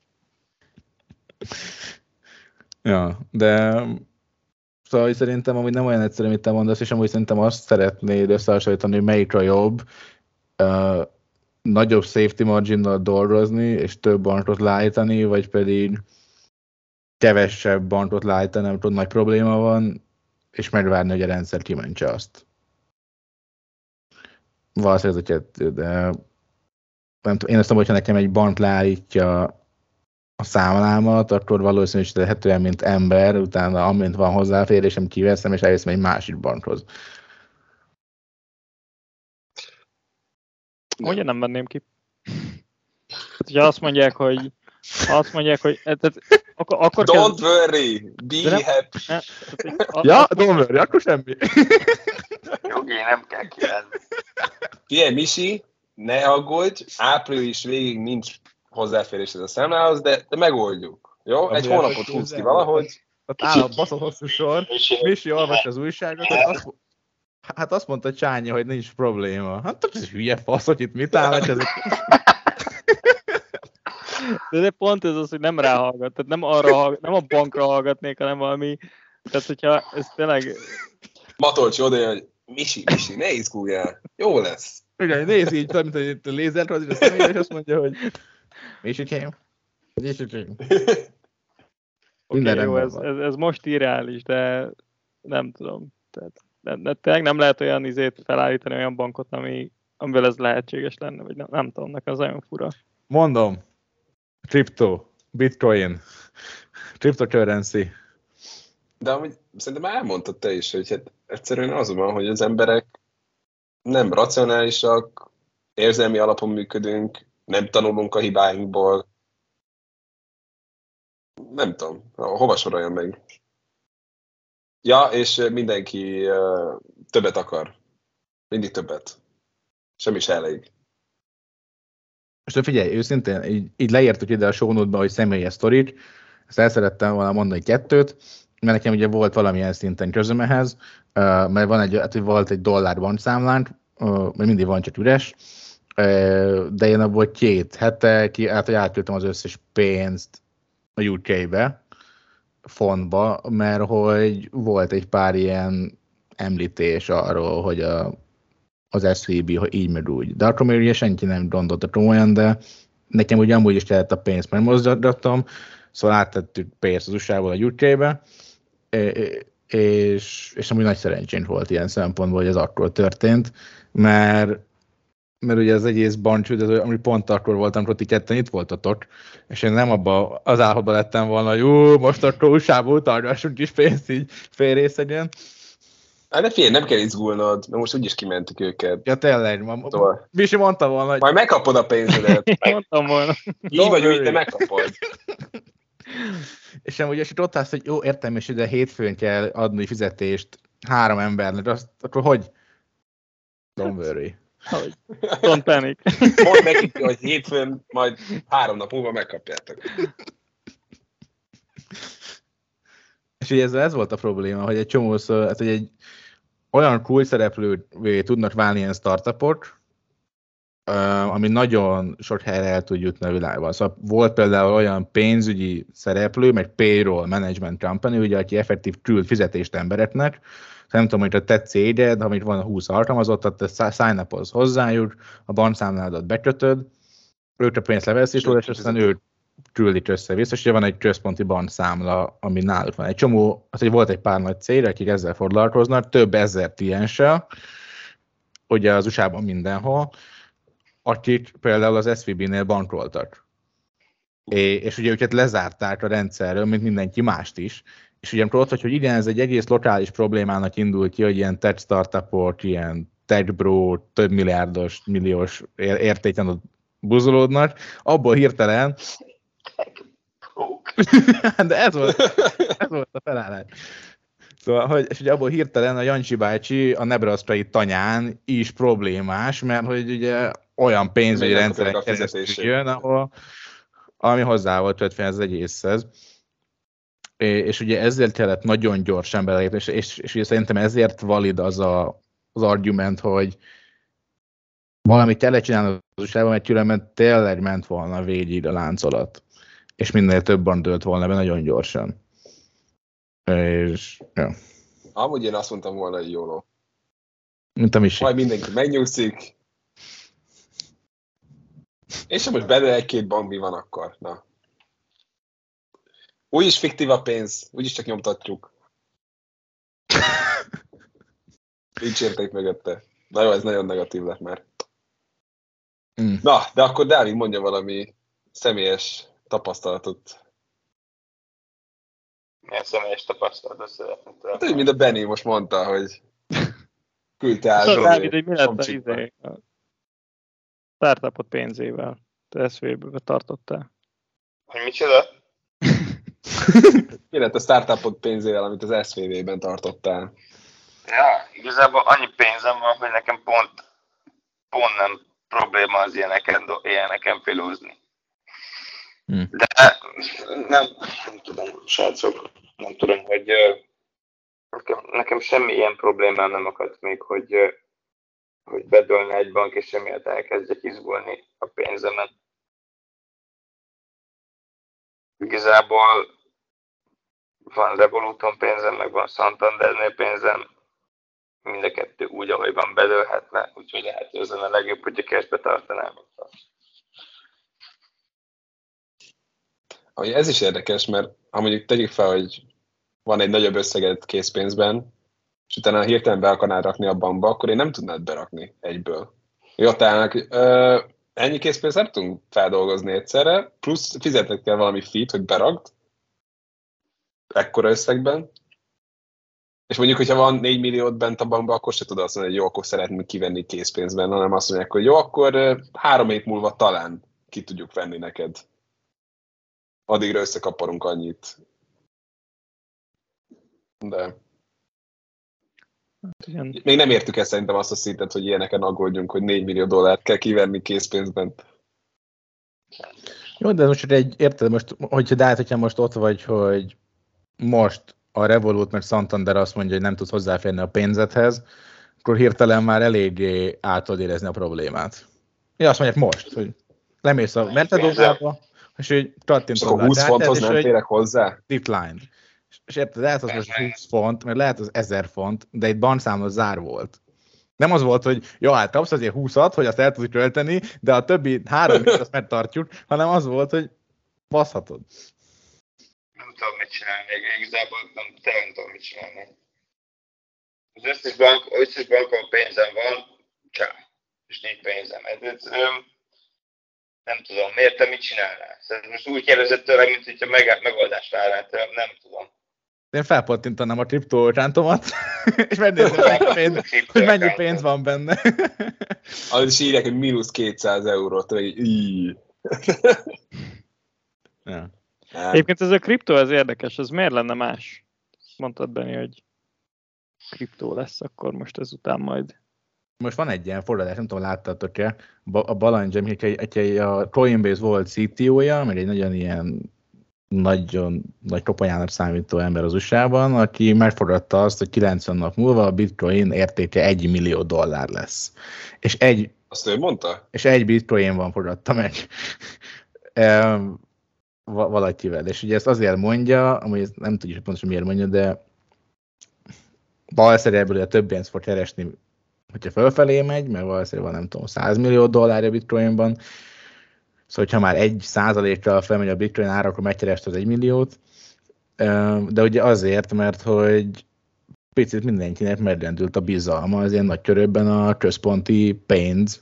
Ja, de szóval szerintem amúgy nem olyan egyszerű, amit te mondasz, és amúgy szerintem azt szeretnéd összehasonlítani, hogy melyik a jobb, uh, nagyobb safety marginnal dolgozni, és több bankot leállítani, vagy pedig kevesebb bankot leállítani, nem tudom, nagy probléma van, és megvárni, hogy a rendszer kimentse azt. Valószínűleg ez a kettő, de nem tudom, én azt mondom, hogyha nekem egy bank leállítja a számlámat, akkor valószínűsíthetően, mint ember, utána amint van hozzáférésem, kiveszem, és elviszem egy másik bankhoz. Ugye nem venném ki. Ha azt mondják, hogy azt mondják, hogy tehát, akkor, akkor don't kezd... worry, be nem, happy. Ne, a, ja, don't worry, akkor semmi. Jogi, nem kell kivenni. Figyelj, Misi, ne aggódj, április végig nincs hozzáférésed a számlához, de, de megoldjuk. Jó? Egy hónapot húz ki valahogy. Ott áll a baszott hosszú sor, Misi olvas az újságot, azt, Hát azt mondta Csányi, hogy nincs probléma. Hát ez hülye fasz, hogy itt mit állnak ezek. De, de pont ez az, hogy nem ráhallgat, tehát nem arra, nem a bankra hallgatnék, hanem valami, tehát hogyha ez tényleg... Matolcsi oda, hogy Misi, Misi, ne izguljál, jó lesz. Igen, nézd így, mint hogy a lézert hozzá a személyre, és azt mondja, hogy Misikém, Misikém. Oké, okay, jó, ez, ez, ez most irreális, de nem tudom. Tehát, de, de tényleg nem lehet olyan izét felállítani, olyan bankot, ami, amivel ez lehetséges lenne, vagy nem, nem tudom, nekem az nagyon fura. Mondom, kripto, bitcoin, cryptocurrency. De amúgy szerintem elmondtad te is, hogy hát egyszerűen az van, hogy az emberek nem racionálisak, érzelmi alapon működünk, nem tanulunk a hibáinkból. Nem tudom, hova soroljam meg. Ja, és mindenki uh, többet akar. Mindig többet. Semmi se elég. Most figyelj, őszintén, így, így leírtuk ide a show note-ba, hogy személyes sztorit, ezt el szerettem volna mondani kettőt, mert nekem ugye volt valamilyen szinten közöm ehhez, mert van egy, hát volt egy dollár bankszámlánk, mert mindig van, csak üres, de én abból két hete ki, hát, hogy átküldtem az összes pénzt a u ká-be, fontba, mert hogy volt egy pár ilyen említés arról, hogy a, az es vé bé, hogy így meg úgy. De akkor még ugye senki nem gondolta komolyan, de nekem ugye amúgy is kellett a pénzt megmozgattam, szóval áttettük pénzt az u es á-ból a u ká-be, és, és amúgy nagy szerencsén volt ilyen szempontból, hogy ez akkor történt, mert mert ugye az egész bancsőd, ami pont akkor volt, amikor ti ketten itt voltatok, és én nem abba az állapotban lettem volna, hogy jó, most akkor u es á-ba utalgassunk is pénzt így fél részegyen. Hát de figyelj, nem kell izgulnod, mert most úgyis kimentük őket. Ja tényleg, szóval. Misi mondta volna, hogy... Majd megkapod a pénzedet. Mondtam volna. Így vagy úgy, de megkapod. És amúgy eset ott állsz, hogy jó, értem, és ide hétfőn kell adni fizetést három embernek, azt, akkor hogy? Don't worry. Hogy? Don't panic. Mondd nekik, hogy hétfőn, majd három nap múlva megkapjátok. És ugye ez, ez volt a probléma, hogy egy csomószor, hát, hogy egy olyan cool szereplővé tudnak válni ilyen startupok, ami nagyon sok helyre el tud jutni a világban. Szóval volt például olyan pénzügyi szereplő, meg payroll management company, ugye, aki effektív küld fizetést embereknek, nem tudom, hogy a te céged, amit van húsz alkalmazottat, te sign up-olsz hozzájuk, a bankszámládat bekötöd, ők a pénzt leveszik róla, és aztán ők küldik össze-vissza, és ugye van egy központi bankszámla, ami náluk van. Egy csomó, az, hogy volt egy pár nagy cég, akik ezzel foglalkoznak, több ezer klienssel, ugye az u es á-ban mindenhol, akik például az es vé bé-nél bankoltak. É, és ugye őket lezárták a rendszerről, mint mindenki mást is. És ugye amikor ott vagy, hogy igen, ez egy egész lokális problémának indul ki, hogy ilyen tech startupok, ilyen tech bro, több milliárdos, milliós értéken ott buzolódnak, abból hirtelen... De ez volt, ez volt a felállás. Szóval, hogy, és ugye abból hirtelen a Jancsi bácsi a nebraszkai tanyán is problémás, mert hogy ugye olyan pénzügyi rendszerek keresztül jön, ahol, ami hozzá volt kötve az egészhez. És ugye ezért kellett nagyon gyorsan belépni, és, és, és ugye szerintem ezért valid az a, az argument, hogy valamit kellett csinálni az u es á-ban, mert különben tényleg ment volna végig a láncolat, és minél többen dőlt volna be nagyon gyorsan. És, ja. Amúgy én azt mondtam volna, hogy jóló. Mint a Misi. Majd mindenki megnyugszik. És ha most belőle egy-két bank mi van akkor? Na. Úgyis fiktív a pénz, úgyis csak nyomtatjuk. Nincs érték mögötte. Na jó, ez nagyon negatív lett már. Mm. Na, de akkor Dávid mondja valami személyes tapasztalatot. Milyen személyes tapasztalatot szeretném tőle? Hát úgy, mint a Benny most mondta, hogy küldte át Zsózé. Dávid, hogy mi lett a izé? A startupot pénzével. Te es vé bé-be tartottál. Hogy micsoda? Mi lett a startupot pénzével, amit az es vé bé-ben tartottál? Ja, igazából annyi pénzem van, hogy nekem pont, pont nem probléma az ilyeneken, ilyeneken filózni. Hmm. De nem, nem tudom, srácok, nem tudom, hogy Nekem, nekem semmi ilyen problémám nem akadt még, hogy, hogy bedőlne egy bank, és emiatt elkezdjek izgulni a pénzemen. Igazából van Revoluton pénzem, meg van Santandernél pénzem, mind a kettő úgy, ahogy van, bedőlhetne, úgyhogy lehet, hogy ezen a legjobb, hogyha cashbe tartanám. Ez is érdekes, mert ha mondjuk tegyük fel, hogy van egy nagyobb összeget készpénzben, és utána hirtelen be akarnál rakni a bankba, akkor én nem tudnád berakni egyből. Ott állnak, ö, ennyi készpénzt nem tudunk feldolgozni egyszerre, plusz fizetnek kell valami feet, hogy beragd, ekkora összegben, és mondjuk, hogyha van négy milliót bent a bankban, akkor se tudod azt mondani, hogy jó, akkor szeretnénk kivenni készpénzben, hanem azt mondják, hogy jó, akkor három év múlva talán ki tudjuk venni neked. Addigra összekaparunk annyit. De... Igen. Még nem értük el szerintem azt a szintet, hogy ilyeneken aggódjunk, hogy négy millió dollárt kell kivenni készpénzben. Jó, de most egy, érted, most, hogyha, de hát, hogyha most ott vagy, hogy most a Revolut, mert Santander azt mondja, hogy nem tudsz hozzáférni a pénzedhez, akkor hirtelen már eléggé át tudod érezni a problémát. Ja, azt mondják most, hogy lemész a Mercedózába, és hogy trattintod. És akkor húsz fonthoz nem férek hozzá? Decline. És érted, lehet az most húsz font, mert lehet az ezer font, de egy bankszámla zár volt. Nem az volt, hogy jó, hát kapsz azért húszat, hogy azt el tudjuk költeni, de a többi három milliót azt megtartjuk, hanem az volt, hogy baszhatod. Nem tudom mit csinálni, igazából nem, nem tudom mit csinálni. Az összes bank, összes bankon pénzem van, csá, és nincs pénzem. Ez, ez, öm, nem tudom, miért te mit csinálnál? Szóval most úgy kérdezett tőle, mint hogyha meg, megoldást várnál tőlem, nem tudom. Én felpattintanám a kriptócsántomat, és megnézem, hogy mennyi pénz van benne. Az is írják, hogy mínusz kétszáz eurót, hogy így. Ja. Egyébként ez a kriptó, ez érdekes, ez miért lenne más? Mondtad, Benni, hogy kriptó lesz akkor most ezután majd. Most van egy ilyen forradás, nem tudom, láttatok-e, a Balandzsem, aki a Coinbase volt cé té ó-ja, meg egy nagyon ilyen nagyon nagy koponyának számító ember az u es á-ban, aki megforradta azt, hogy kilencven nap múlva a bitcoin értéke egy millió dollár lesz. És egy, azt ő mondta? És egy bitcoin van forradta meg. um, valakivel. És ugye ezt azért mondja, amúgy nem tudjuk pontosan miért mondja, de valószínűleg ebből a több pénzt fog keresni, hogyha fölfelé megy, mert valószínűleg van, nem tudom, száz millió dollár a bitcoinban. Szóval, ha már egy százalékkal felmegy a bitcoin ára, akkor megkerest az egy milliót. De ugye azért, mert hogy picit mindenkinek megrendült a bizalma az ilyen nagy körökben a központi pénz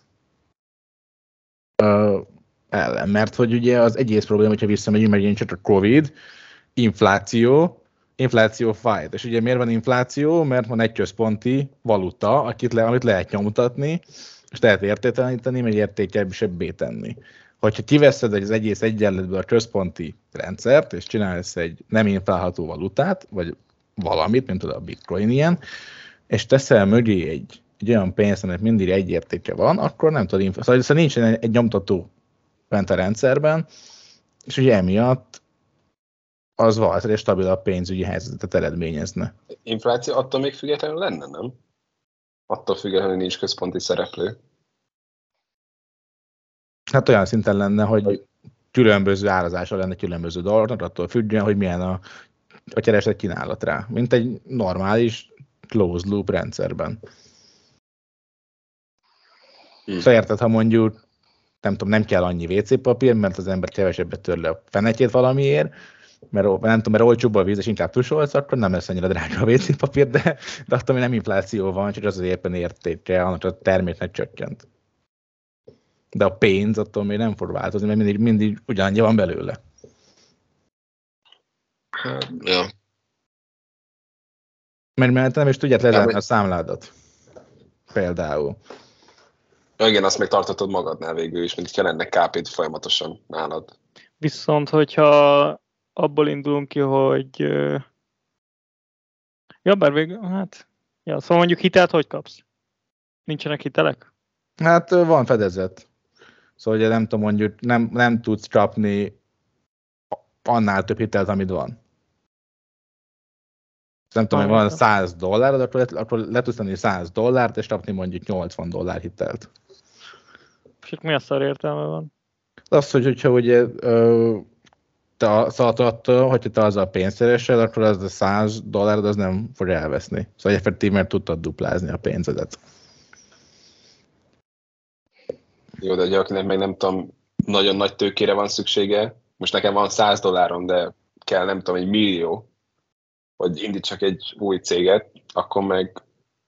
ellen. Mert hogy ugye az egész probléma, hogyha visszamegyünk megint csak a Covid, infláció, infláció fájt. És ugye miért van infláció? Mert van egy központi valuta, akit le, amit lehet nyomtatni, és lehet értékteleníteni, meg értékesebbé tenni. Hogyha kiveszed az egész egyenletből a központi rendszert, és csinálsz egy nem inflálható valutát, vagy valamit, mint a bitcoin ilyen, és teszel mögé egy, egy olyan pénzt, aminek mindig egy értéke van, akkor nem tudod inflálni. Szóval nincs egy nyomtató bent a rendszerben, és ugye emiatt az valószínűleg stabilabb pénzügyi helyzetet eredményezne. Infláció attól még függetlenül lenne, nem? Attól függetlenül nincs központi szereplő. Hát olyan szinten lenne, hogy különböző árazása lenne különböző dolgoknak, attól függően, hogy milyen a, a kereslet kínálat rá, mint egy normális closed loop rendszerben. Hmm. Szóval érted, ha mondjuk, nem tudom, nem kell annyi vé cé papír, mert az ember kevesebbet törli a fenekét valamiért, mert nem tudom, mert olcsóbb a víz, és inkább tusolsz, akkor nem lesz annyira drága a vé cé papír, de, de attól, hogy nem infláció van, csak az az éppen értéke, annak a terméknek csökkent. De a pénz attól még nem fog változni, mert mindig, mindig ugyanannyi van belőle. Ja. Mert, mert nem is tudják lezárni a számládat. Például. Ja, igen, azt még tartatod magadnál végül is, mint hogyha lenne ká pé-t folyamatosan nálad. Viszont, hogyha abból indulunk ki, hogy ja, bár végül, hát ja, szóval mondjuk hitelt hogy kapsz? Nincsenek hitelek? Hát van fedezet. Szóval ugye nem tudom, mondjuk nem, nem tudsz kapni annál több hitelt, amit van. nem tudom, hogy van száz dollárod, akkor le, akkor le tudsz tenni száz dollárt, és kapni mondjuk nyolcvan dollár hitelt. És mi a szar értelme van? Az, hogy, hogyha ugye te szaladt, hogyha te azzal pénzt keresel, akkor az a száz dollárod az nem fog elveszni. Szóval effektív, mert tudtad duplázni a pénzedet. Jó, de akinek meg nem tudom, nagyon nagy tőkére van szüksége. Most nekem van száz dollárom, de kell nem tudom, egy millió, hogy indítsak egy új céget, akkor meg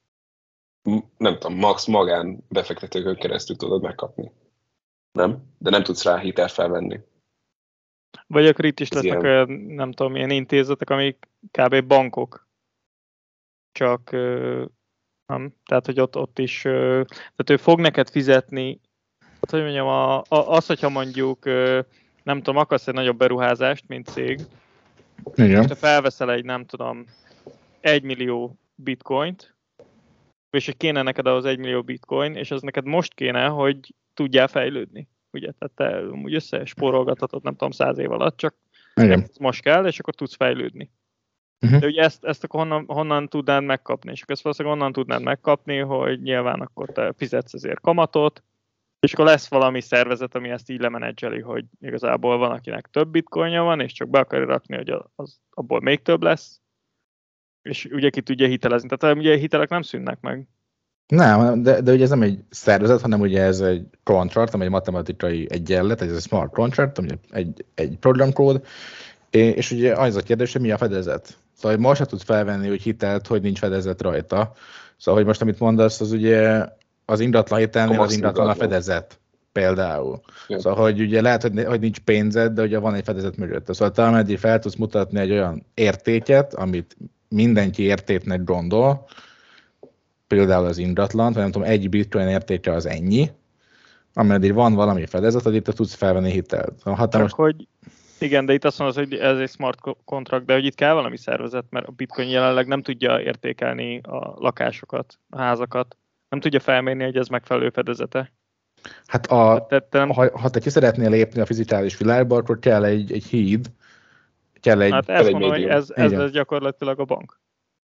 nem tudom, max magán befektetőkön keresztül tudod megkapni. Nem? De nem tudsz rá hitelt felvenni. Vagy akkor itt is lesznek olyan, nem tudom, ilyen intézetek, amik kb. Bankok. Csak nem. Tehát, hogy ott, ott is, tehát ő fog neked fizetni, hogy mondjam, a, a, az, hogyha mondjuk, nem tudom, akarsz egy nagyobb beruházást, mint cég, igen. És te felveszel egy, nem tudom, egy millió bitcoint, és hogy kéne neked ahhoz egy millió bitcoin, és az neked most kéne, hogy tudjál fejlődni. Ugye, tehát te úgy összespórolgathatod, nem tudom, száz év alatt, csak most kell, és akkor tudsz fejlődni. Uh-huh. De ugye ezt, ezt akkor honnan, honnan tudnád megkapni? És akkor ezt valószínűleg onnan tudnád megkapni, hogy nyilván akkor te fizetsz ezért kamatot, és akkor lesz valami szervezet, ami ezt így lemenedzseli, hogy igazából van, akinek több bitcoinja van, és csak be akarja rakni, hogy az, abból még több lesz, és ugye ki tudja hitelezni. Tehát ugye a hitelek nem szűnnek meg. Nem, de, de ugye ez nem egy szervezet, hanem ugye ez egy contract, ami egy matematikai egyenlet, ez egy smart contract, ami egy, egy programkód, és ugye az a kérdés, hogy mi a fedezet. Szóval most se tudsz felvenni úgy hitelt, hogy nincs fedezet rajta. Szóval, hogy most amit mondasz, az ugye az ingatlan hitelnél az ingatlan a fedezet például. Ja. Szóval, hogy ugye lehet, hogy, hogy nincs pénzed, de ugye van egy fedezet mögött. Szóval te ameddig fel tudsz mutatni egy olyan értéket, amit mindenki értéknek gondol, például az ingatlan, vagy nem tudom, egy bitcoin értéke az ennyi, ameddig van valami fedezet, addig te tudsz felvenni hitelt. Ha Csak most... hogy igen, de itt azt mondod, hogy ez egy smart contract, de hogy itt kell valami szervezet, mert a bitcoin jelenleg nem tudja értékelni a lakásokat, a házakat, nem tudja felmérni, hogy ez megfelelő fedezete. Hát a, te, te nem... ha, ha te ki szeretnél lépni a fizikális világba, akkor kell egy, egy híd, kell egy... Hát ezt mondom, hogy ez, ez lesz gyakorlatilag a bank.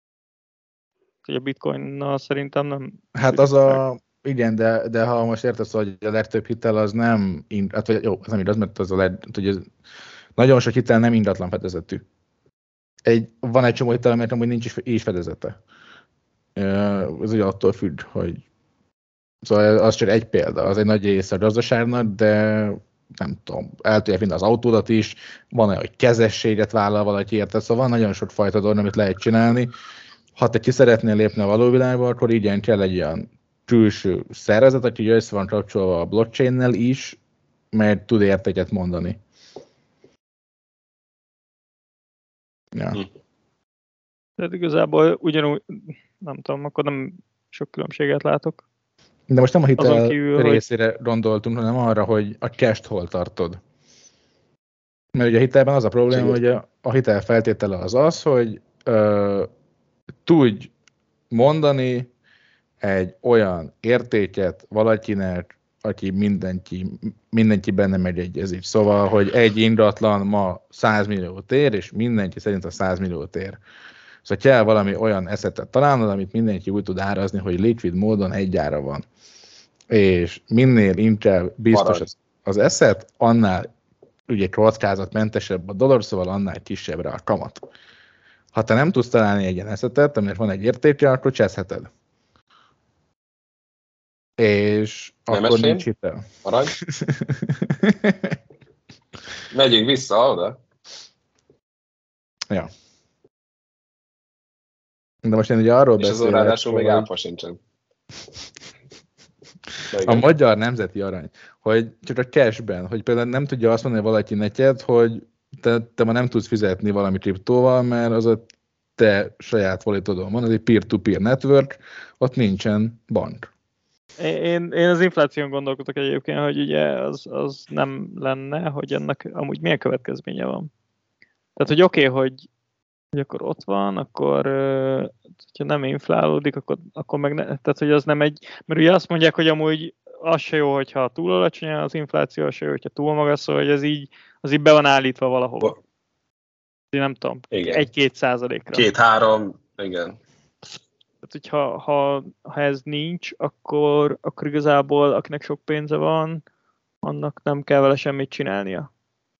Hogy a bitcoinnal szerintem nem... Hát az a... Igen, de, de ha most értesz, hogy a legtöbb hitel az nem... Hát, jó, az nem igaz, mert az a leg, hogy ez, nagyon sok hitel nem ingatlan fedezetű. Egy, van egy csomó hitel, amelyek amúgy nincs is, is fedezete. Ez ugye attól függ, hogy... Szóval az csak egy példa, az egy nagy része a gazdaságnak, de nem tudom, el tudja vinni az autódat is, van olyan, hogy kezességet vállal valaki érte, szóval van nagyon sok fajta dolog, amit lehet csinálni. Ha te ki szeretnél lépni a való világba, akkor igen, kell egy olyan külső szervezet, aki össze van kapcsolva a blockchain-nel is, mert tud értéket mondani. Ja. Hm. Tehát igazából ugyanúgy, nem tudom, akkor nem sok különbséget látok. De most nem a hitel kívül, részére hogy... gondoltunk, hanem arra, hogy a cash-t hol tartod. Mert ugye a hitelben az a probléma, hogy a, a hitel feltétele az az, hogy ö, tudj mondani egy olyan értéket valakinek, aki mindenki, mindenki benne megegyezik. Szóval, hogy egy ingatlan ma száz milliót ér, és mindenki szerint a száz milliót ér. Szóval kell valami olyan eszetet találnod, amit mindenki úgy tud árazni, hogy likvid módon egy ára van. És minél inkább biztos az, az eszet, annál ugye kockázatmentesebb a dolog, szóval annál kisebbre a kamat. Ha te nem tudsz találni egy ilyen eszetet, aminek van egy értéke, akkor cseszheted. És nem akkor nincs hitel. Arany. Megyünk vissza oda. Ja. De most én ugye arról és beszélek, és az ráadásul még áfa sincsen. A magyar nemzeti arany, hogy csak a cashben, hogy például nem tudja azt mondani valaki neked, hogy te, te ma nem tudsz fizetni valami kriptóval, mert az a te saját valutodon van, ez egy peer-to-peer network, ott nincsen bank. Én, én az infláción gondolkodok egyébként, hogy ugye az, az nem lenne, hogy ennek amúgy milyen következménye van. Tehát, hogy oké, okay, hogy, hogy akkor ott van, akkor ha nem inflálódik, akkor, akkor meg ne, tehát, hogy az nem egy, mert ugye azt mondják, hogy amúgy az se jó, hogyha túl alacsony az infláció, az se jó, hogyha túl magas, szóval, hogy ez így, az így be van állítva valahova. Én nem tudom, egy-két százalékra. Két-három, Igen. Tehát, hogyha ha, ha ez nincs, akkor, akkor igazából akinek sok pénze van, annak nem kell vele semmit csinálnia.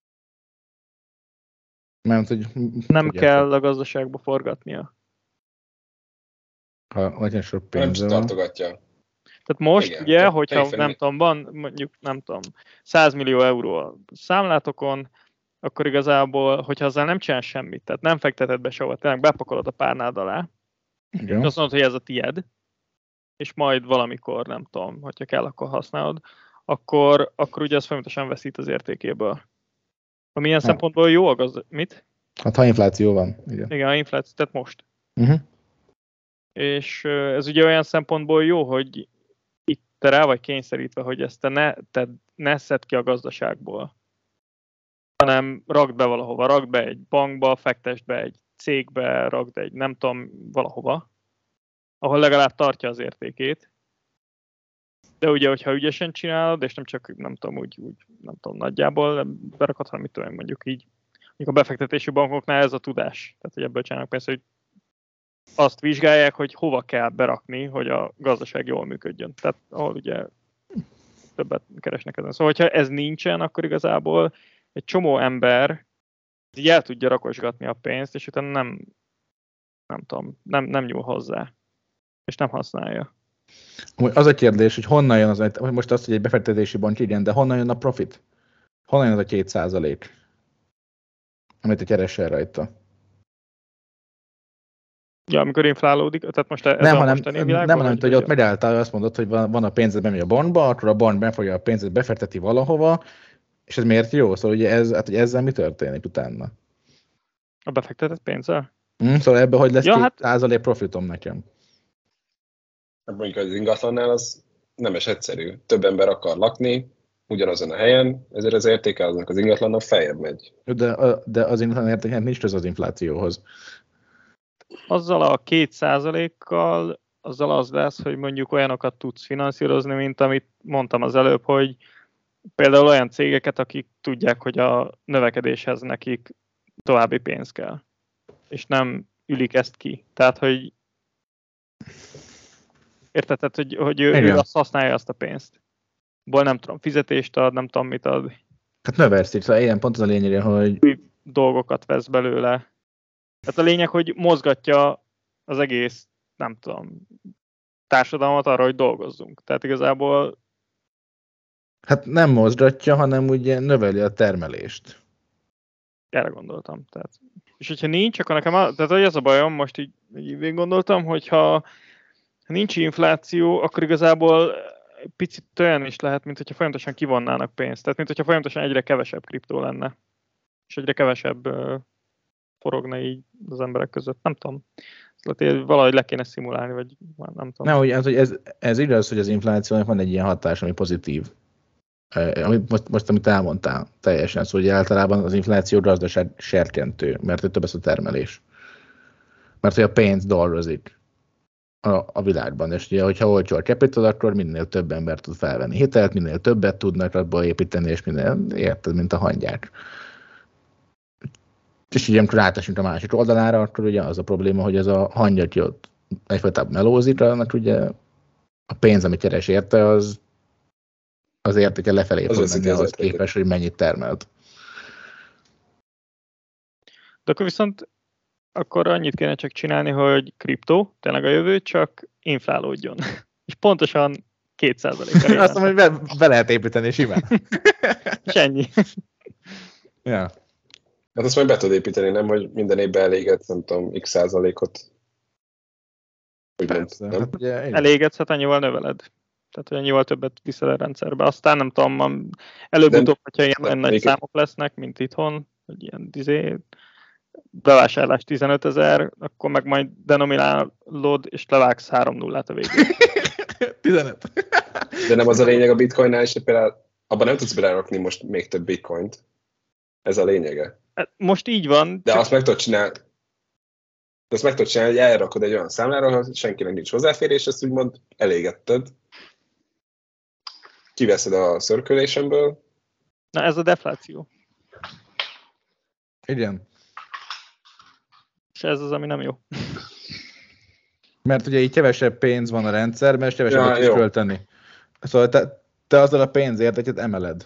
Nem, hogy Nem hogy kell érted? a gazdaságba forgatnia. Ha nagyon sok Nem pénze csak van. tartogatja. Tehát most Igen, ugye, tehát hogyha fejfeni- nem tudom, van mondjuk, nem tudom, száz millió euró a számlátokon, akkor igazából, hogyha azzal nem csinál semmit, tehát nem fekteted be sehova, tényleg bepakolod a párnád alá, és Igen. azt mondod, hogy ez a tied, és majd valamikor, nem tudom, hogyha kell, akkor használod, akkor, akkor ugye az folyamatosan veszít az értékéből. Amilyen Hát. szempontból jó a gazdaság. Mit? Hát ha infláció van. Igen. Igen, a infláció, tehát most. Uh-huh. És ö, ez ugye olyan szempontból jó, hogy itt te rá vagy kényszerítve, hogy ezt te ne, te ne szedd ki a gazdaságból, hanem rakd be valahova, rakd be egy bankba, fektesd be egy cégbe, rakd egy nem tudom, valahova, ahol legalább tartja az értékét. De ugye, hogyha ügyesen csinálod, és nem csak, nem tudom, úgy, úgy nem tudom, nagyjából berakod, hanem mit tudom, mondjuk így, mondjuk a befektetési bankoknál ez a tudás. Tehát, hogy ebből csinálnak persze, hogy azt vizsgálják, hogy hova kell berakni, hogy a gazdaság jól működjön. Tehát, ahol ugye többet keresnek ezen. Szóval, hogyha ez nincsen, akkor igazából egy csomó ember így el tudja rakosgatni a pénzt, és utána nem, nem tudom, nem, nem nyúl hozzá, és nem használja. Az a kérdés, hogy honnan jön az, most azt, hogy egy befektetési bank igen, de honnan jön a profit? Honnan jön az a két százalék, amit te keresel rajta? Ja, amikor inflálódik, tehát most ez Nem, a hanem, mostani nem, világban? hanem hogy ott megálltál, azt mondod, hogy van, van a pénzed, bemegy a bankba, akkor a bank befogja a pénzed, befekteti valahova, és ez miért jó? Szóval ugye ez, hát, hogy ezzel mi történik utána? A befektetett pénzzel? Hm, szóval ebben hogy lesz Ja, két hát- százalék profitom nekem? Hát mondjuk az ingatlannál az nem is egyszerű. Több ember akar lakni ugyanazon a helyen, ezért az értéke aznak az ingatlannak feljebb megy. De, a- de az ingatlan értéknek nincs köze az inflációhoz. Azzal a két százalékkal, azzal az lesz, hogy mondjuk olyanokat tudsz finanszírozni, mint amit mondtam az előbb, hogy például olyan cégeket, akik tudják, hogy a növekedéshez nekik további pénz kell. És nem ülik ezt ki. Tehát, hogy érted, tehát, hogy, hogy ő, ő azt használja azt a pénzt. Ból nem tudom, fizetést ad, nem tudom, mit ad. Hát növekszik, szóval ilyen pont az a lényege, hogy Dolgokat vesz belőle. Tehát a lényeg, hogy mozgatja az egész, nem tudom, társadalmat arra, hogy dolgozzunk. Tehát igazából... hát nem mozgatja, hanem ugye növeli a termelést. Erre gondoltam. Tehát. És hogyha nincs, akkor nekem a, tehát az a bajom, most így, így végig gondoltam, hogyha ha nincs infláció, akkor igazából picit olyan is lehet, mint hogyha folyamatosan kivonnának pénzt. Tehát mint hogyha folyamatosan egyre kevesebb kriptó lenne. És egyre kevesebb uh, forogna így az emberek között. Nem tudom. Szóval valahogy le kéne szimulálni, vagy nem tudom. Nem, hogy ez, hogy ez, ez igaz, hogy az inflációnak van egy ilyen hatás, ami pozitív. Amit most, most, amit elmondtál, teljesen. Szóval hogy általában az infláció gazdaság serkentő, mert hogy több lesz a termelés. Mert hogy a pénz dolgozik a, a világban, és ugye, hogyha olcsó a capital, akkor minél több ember tud felvenni hitelt, minél többet tudnak abból építeni, és minél, érted, mint a hangyák. És ugye, amikor átesünk a másik oldalára, akkor ugye az a probléma, hogy ez a hangya, aki ott egyfajtában melózik, annak ugye a pénz, amit keres érte, az az értéke lefelé Az fog menni ahhoz értéket. képest, hogy mennyit termelt. De akkor viszont akkor annyit kéne csak csinálni, hogy kriptó, tényleg a jövő, csak inflálódjon. És pontosan két százalékkal. Azt mondom, hogy be, be lehet építeni simán. És ennyi. Ja. Hát azt majd be tudod építeni, nem, hogy minden évben eléget, nem tudom, x százalékot. Úgymond, Persze. nem? Hát ugye, igen. Elégetsz, hát annyival növeled. Tehát, hogy annyival többet viszel a rendszerbe. Aztán nem tudom, előbb-utóbb, hogyha ilyen nem, nagy még- számok lesznek, mint itthon, hogy ilyen izé, bevásárlás tizenöt ezer, akkor meg majd denominálod, és levágsz három nullát a végén. tizenöt. De nem az a lényeg a bitcoinnál, és például abban nem tudsz belerakni most még több bitcoint. Ez a lényege. Hát most így van, De csak azt meg tudod csinálni, de azt meg tudod csinálni, hogy elrakod egy olyan számlára, ahol senkinek nincs hozzáférés, ezt úgymond elégetted. Kiveszed a circulationsből. na ez a defláció. Igen. És ez az, ami nem jó. Mert ugye így kevesebb pénz van a rendszerben, és kevesebbet Ja, tudsz jó. költeni. Szóval te, te azzal a pénzért egyet emeled.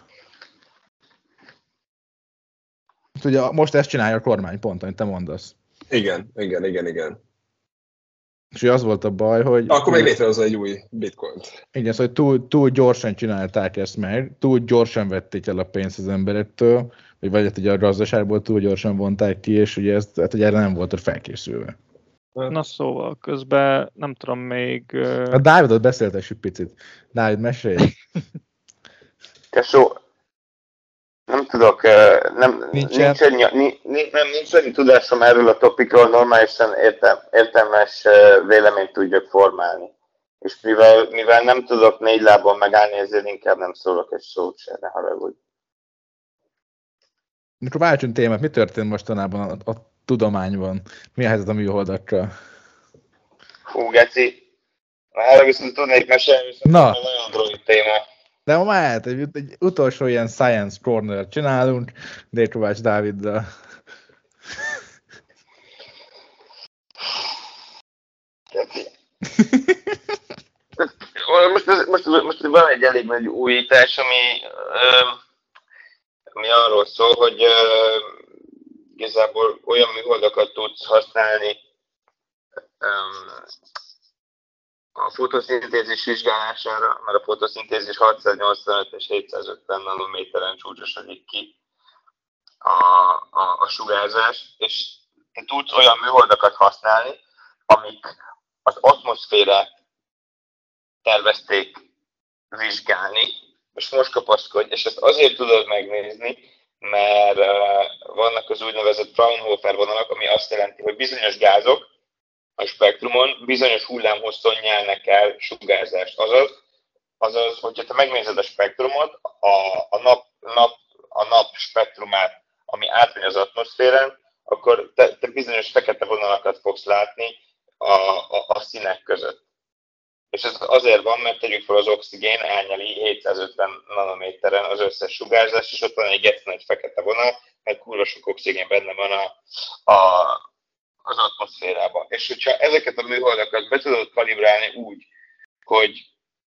Ugye most ezt csinálja a kormány, pont, amit te mondasz. Igen, igen, igen, igen. És ugye az volt a baj, hogy... Akkor meg létrehozza egy új bitcoint. Igen, szóval túl, túl gyorsan csinálták ezt meg, túl gyorsan vették el a pénzt az emberektől, vagy vagy hát ugye a gazdaságból túl gyorsan vonták ki, és ugye, ezt, hát ugye erre nem voltak felkészülve. Na szóval, közben nem tudom még... A Dávidot beszéltessük picit. Dávid, mesélj! Tesó, nem tudok, nem, Nincsen. nincs, annyi, nincs, nem, nincs annyi tudásom erről a topikról, normálisan értem, értelmes véleményt tudjak formálni. És mivel, mivel nem tudok négy lábon megállni, ezért inkább nem szólok egy szót se, ne haragudj. Akkor váltsunk témát, mi történt mostanában a, a tudományban? Mi a helyzet a műholdakkal? Hú, geci, erre viszont tudnék mesélni, viszont Na. nagyon droid téma. De ma már egy, egy utolsó ilyen Science Corner csinálunk, Dékovács Dáviddal. Most, most, most van egy elég nagy újítás, ami, ami arról szól, hogy igazából olyan műholdakat tudsz használni a fotoszintézis vizsgálására, mert a fotoszintézis hatszáznyolcvanöt és hétszázötven nanométeren csúcsosodik ki a, a, a sugárzás, és te tudsz olyan műholdakat használni, amik az atmoszférát tervezték vizsgálni, és most kapaszkodj, és ezt azért tudod megnézni, mert uh, vannak az úgynevezett Fraunhofer vonalak, ami azt jelenti, hogy bizonyos gázok a spektrumon bizonyos hullámhosszon nyelnek el sugárzást. Azaz, azaz, hogyha te megnézed a spektrumot, a, a, nap, nap, a nap spektrumát, ami átmegy az atmoszférán, akkor te, te bizonyos fekete vonalakat fogsz látni a, a, a színek között. És ez azért van, mert tegyük fel, az oxigén elnyeli hétszázötven nanométeren az összes sugárzást, és ott van egy geci nagy fekete vonal, mert kurva sok oxigén benne van a, a, az atmoszférában. És hogyha ezeket a műholdakat be tudod kalibrálni úgy, hogy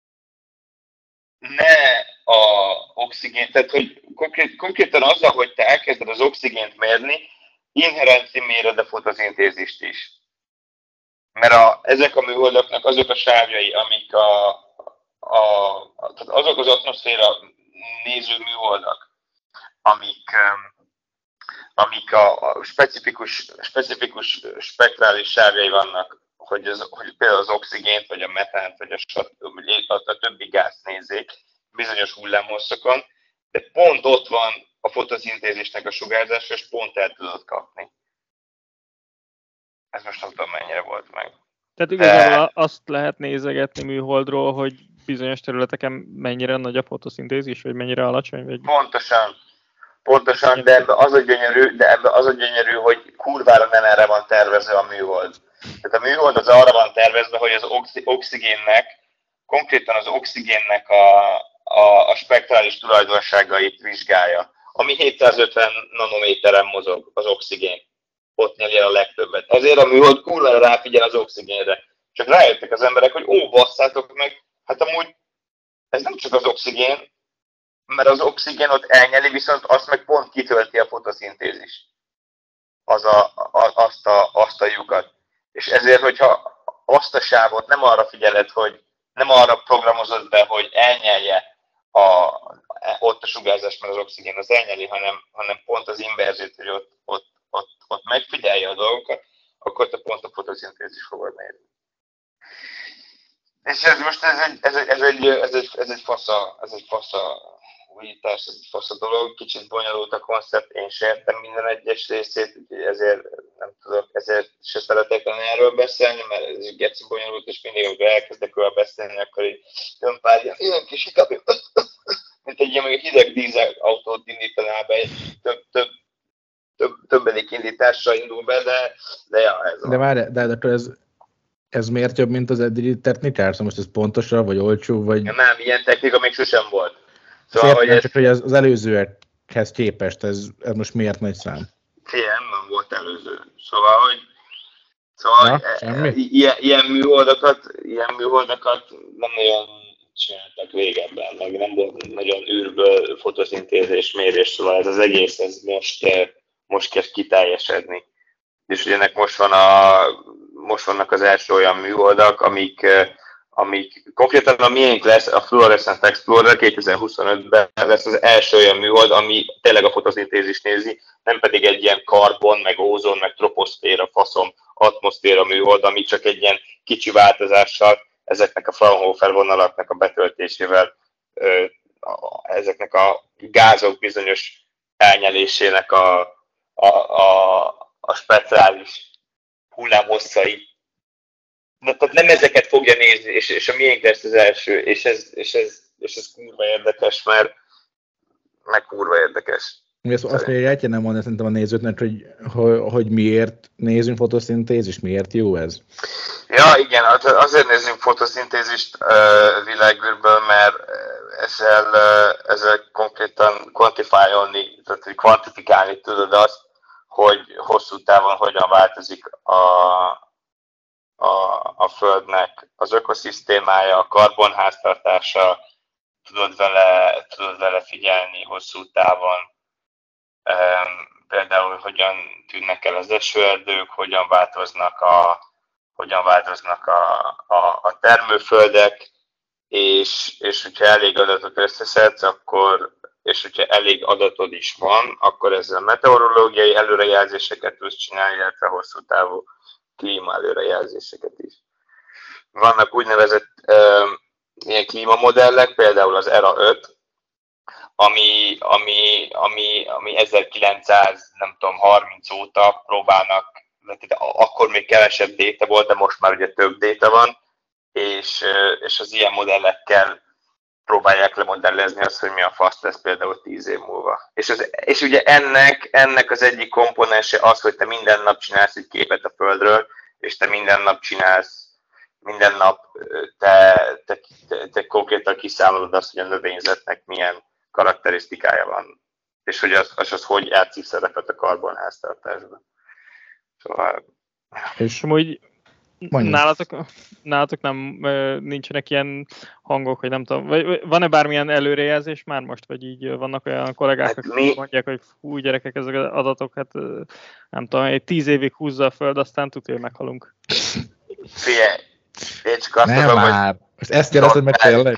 ne a oxigén, tehát hogy konkrét, konkrétan azzal, hogy te elkezded az oxigént mérni, inherenci méred a fotoszintézist is. Mert a, ezek a műholdaknak azok a sávjai, amik a, a, a tehát azok az atmoszféra néző műholdak, amik, amik a, a specifikus, specifikus spektrális sávjai vannak, hogy, az, hogy például az oxigént, vagy a metánt, vagy a, a, a többi gázt nézzék bizonyos hullámhosszokon, de pont ott van a fotoszintézisnek a sugárzása, és pont el tudod kapni. Ez most nem tudom, mennyire volt meg. Tehát igazából de... azt lehet nézegetni műholdról, hogy bizonyos területeken mennyire nagy a fotoszintézis, vagy mennyire alacsony? Vagy... Pontosan. Pontosan, de ebbe az a gyönyörű, de ebbe az a gyönyörű, hogy kurvára nem erre van tervezve a műhold. Tehát a műhold az arra van tervezve, hogy az oxi- oxigénnek, konkrétan az oxigénnek a, a, a spektrális tulajdonságait vizsgálja, ami hétszázötven nanométeren mozog az oxigén. Ott nyeli a legtöbbet. Ezért a műhold kurvára ráfigyel az oxigénre. Csak rájöttek az emberek, hogy ó, basszátok meg, hát amúgy ez nem csak az oxigén, mert az oxigén ott elnyeli, viszont azt meg pont kitölti a fotoszintézis. Az a, a, azt, a, azt a lyukat. És ezért, hogyha azt a sávot nem arra figyeled, hogy nem arra programozod be, hogy elnyelje a, ott a sugárzást, mert az oxigén az elnyeli, hanem, hanem pont az inverzét, hogy ott, ott, ott, ott megfigyelje a dolgokat, akkor te pont a fotoszintézis fogod nézni. És ez most ez egy, ez egy, ez egy, ez egy, ez egy fasza, ez egy fasza újítás, ez egy fasza dolog, kicsit bonyolult a koncept, én sem értem minden egyes részét, úgyhogy ezért nem tudok, ezért se szeretek erről beszélni, mert ez is geci bonyolult, és mindig, amikor elkezdek róla beszélni, akkor így jön pár ilyen, ilyen kis hikap, mint egy ilyen hideg dízel autót indítanál be, több, több, több, többedik indításra indul be, de, de ja, ez De várj, de, de akkor ez, ez miért jobb, mint az eddigi technikár? Szóval most ez pontosabb, vagy olcsó, vagy... Ja, nem, ilyen technika még sosem volt. Szóval, Fértem, hogy ez... csak hogy az, az előzőekhez képest, ez, ez most miért nagy szám? Figyelj, nem volt előző. Szóval, hogy Szóval Na, e, ilyen, ilyen, műholdakat, ilyen műholdakat nem olyan csináltak régebben, meg nem volt nagyon űrből fotoszintézés, mérés, szóval ez az egész ez most, most kezd kiteljesedni. És ugye ennek most, van a, most vannak az első olyan műholdak, amik, amik konkrétan a miénk lesz, a Fluorescence Explorer kétezer-huszonötben lesz az első olyan műhold, ami tényleg a fotoszintézist nézi, nem pedig egy ilyen karbon, meg ózon, meg troposzféra, faszom, atmoszféra műhold, ami csak egy ilyen kicsi változással ezeknek a Fraunhofer vonalaknak a betöltésével, ezeknek a gázok bizonyos elnyelésének a, a, a, a speciális hullámhosszai. De, tehát nem ezeket fogja nézni, és, és a miénk lesz az első, és ez, és, ez, és ez kurva érdekes, mert meg kurva érdekes. Azt, azt még el kéne mondani szerintem a nézőknek, hogy, hogy, hogy miért nézünk fotoszintézist, miért jó ez? Ja, igen, azért nézzünk fotoszintézist uh, világűrből, mert ezzel, uh, ezzel konkrétan kvantifikálni, tehát hogy kvantifikálni tudod azt, hogy hosszú távon hogyan változik a, a, a Földnek az ökoszisztémája, a karbonháztartása, tudod vele, tudod vele figyelni hosszú távon. Um, például hogyan tűnnek el az esőerdők, hogyan változnak a, hogyan változnak a, a, a termőföldek, és, és hogyha elég adatot összeszedsz, akkor, és hogyha elég adatod is van, akkor ezzel meteorológiai előrejelzéseket tudsz csinálni, illetve hosszú távú klíma előrejelzéseket is. Vannak úgynevezett um, ilyen klímamodellek, például az ERA öt, ami, ami, ami, ami ezerkilencszázharminc óta próbálnak, akkor még kevesebb déta volt, de most már ugye több déta van, és, és az ilyen modellekkel próbálják lemodellezni azt, hogy mi a fasz lesz például tíz év múlva. És, az, és ugye ennek, ennek az egyik komponense az, hogy te minden nap csinálsz egy képet a Földről, és te minden nap csinálsz, minden nap te, te, te, te konkrétan kiszámolod azt, hogy a növényzetnek milyen karakterisztikája van, és hogy az, az, az hogy játszik szerepet a karbonháztartásban. Szóval... És amúgy nálatok, nálatok nem nincsenek ilyen hangok, hogy nem tudom, vagy van-e bármilyen előrejelzés már most, vagy így vannak olyan kollégák, hát akik mi? mondják, hogy fú, gyerekek, ezek az adatok, hát nem tudom, egy tíz évig húzza a Föld, aztán tudja, hogy meghalunk. Figyelj, én csak azt nem mondom, már. Hogy... Most ezt kérdezted meg tényleg?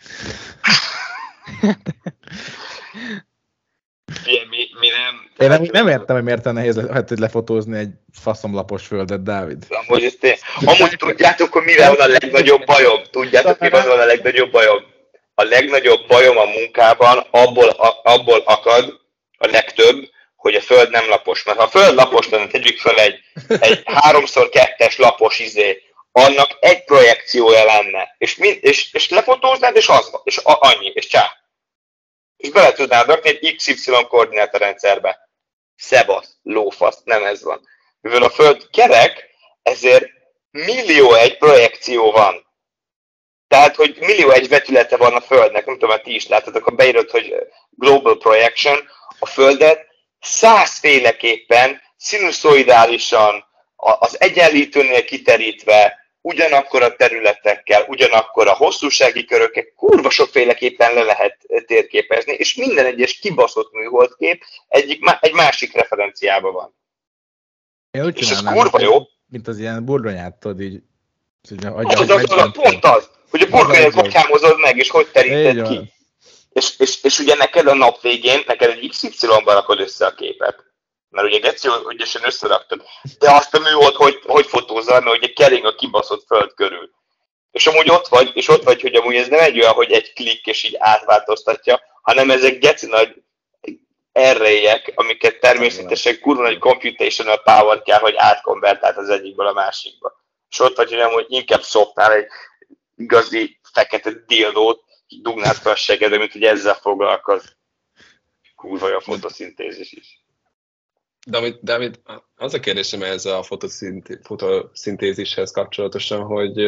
Igen, mi, mi nem... Én nem, nem értem, hogy miért nehéz le, lefotózni egy faszomlapos földet, Dávid. Amúgy, ezt én, amúgy tudjátok, hogy mire van a legnagyobb bajom? Tudjátok, mi van a legnagyobb bajom? A legnagyobb bajom a munkában abból, a, abból akad a legtöbb, hogy a föld nem lapos. Mert ha a föld lapos lenne, tegyük fel egy, egy háromszor kettes lapos izé, annak egy projekciója lenne. És, mind, és, és lefotóznád, és az van. És a, annyi, és csá. És bele tudnád rakni egy iksz ipszilon koordinátorrendszerbe. Szebasz, lófasz, nem ez van. Mivel a Föld kerek, ezért millió egy projekció van. Tehát, hogy millió egy vetülete van a Földnek, nem tudom, hogy ti is láthatok, ha beírod, hogy Global Projection, a Földet százféleképpen, szinuszoidálisan, az egyenlítőnél kiterítve, ugyanakkor a területekkel, ugyanakkor a hosszúsági körökkel, kurva sokféleképpen le lehet térképezni, és minden egyes kibaszott műholdkép egyik, egy másik referenciában van. Én úgy és ez kurva jó. Mint az ilyen burgonyát, tudod így. Az, az, az, az, pont az, hogy a burgonyát hogy hámozod meg, és hogy teríted ki. És, és, és ugye neked a nap végén, neked egy iksz ipszilonban rakod össze a képet. Mert ugye Geci ügyesen összeraktad. De azt a műhold, hogy, hogy fotózzal, mert ugye kering a kibaszott föld körül. És amúgy ott vagy, és ott vagy, hogy amúgy ez nem egy olyan, hogy egy klikk és így átváltoztatja, hanem ezek geci nagy errejek, amiket természetesen kurva nagy computational power kell, hogy átkonvertált az egyikből a másikba. És ott vagy, hogy amúgy inkább szopnál egy igazi fekete dildót, dugnád fel a segedre, mint hogy ezzel foglalkoz. Kurva a fotoszintézis is. David, David, az a kérdésem ezzel a fotoszintézishez kapcsolatosan, hogy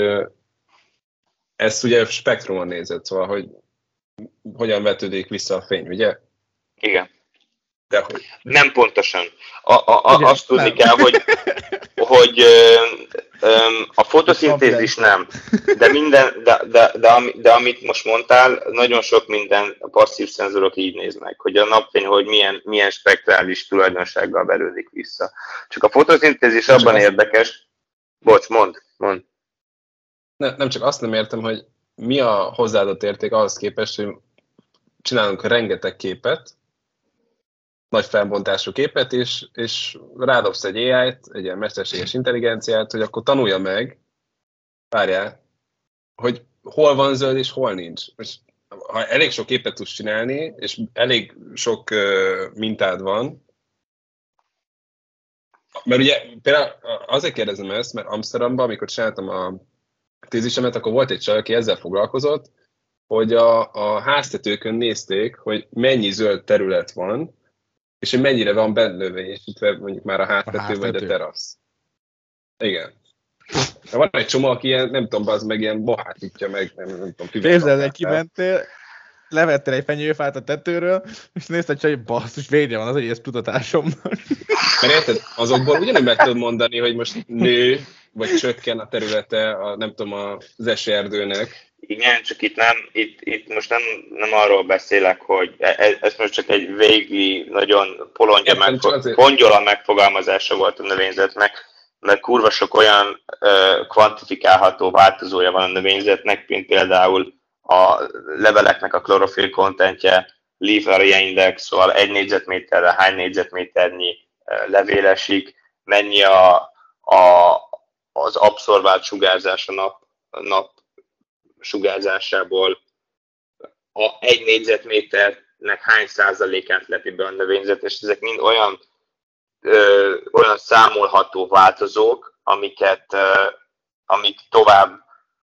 ezt ugye spektrumon nézett, szóval, hogy hogyan vetődik vissza a fény, ugye? Igen. Dehogy. Nem pontosan. A, a, a, Ugye, azt tudni nem. kell, hogy, hogy ö, ö, a fotoszintézis nem, de, minden, de, de, de, de amit most mondtál, nagyon sok minden a passzív szenzorok így néznek, hogy a napfény, hogy milyen, milyen spektrális tulajdonsággal verődik vissza. Csak a fotoszintézis abban azt... érdekes, bocs, mondd, mondd. Ne, nem csak azt nem értem, hogy mi a hozzáadott érték ahhoz képest, hogy csinálunk rengeteg képet, nagy felbontású képet, és, és rádobsz egy á í-t, egy ilyen mesterséges intelligenciát, hogy akkor tanulja meg, várjál, hogy hol van zöld és hol nincs. És ha elég sok képet tudsz csinálni, és elég sok uh, mintád van, mert ugye például azért kérdezem ezt, mert Amsterdamban, amikor csináltam a tézisemet, akkor volt egy csaj, aki ezzel foglalkozott, hogy a, a háztetőkön nézték, hogy mennyi zöld terület van, és hogy mennyire van bennövényesítve mondjuk már a háztető vagy a terasz. Igen. De van egy csomó, aki ilyen, nem tudom, az meg ilyen bohátítja meg, nem, nem tudom. Képzeld, hogy kimentél, levettél egy fenyőfát a tetőről, és nézted, hogy basszus, végre van az egész tudatásomnak. Mert érted, azokból ugyanúgy meg tudod mondani, hogy most nő, vagy csökken a területe, a, nem tudom, az esőerdőnek. Igen, csak itt nem, itt, itt most nem, nem arról beszélek, hogy ez, ez most csak egy végli, nagyon polongya megfog, pongyola megfogalmazása volt a növényzetnek, mert kurva sok olyan ö, kvantifikálható változója van a növényzetnek, mint például a leveleknek a klorofil kontentje, leaf area index, szóval egy négyzetméterre hány négyzetméternyi ö, levél esik, mennyi a, a, az abszorvált sugárzás a nap, a nap sugárzásából, a egy négyzetméternek hány százalékát lepi be a növényzet, és ezek mind olyan, ö, olyan számolható változók, amiket, ö, amik tovább,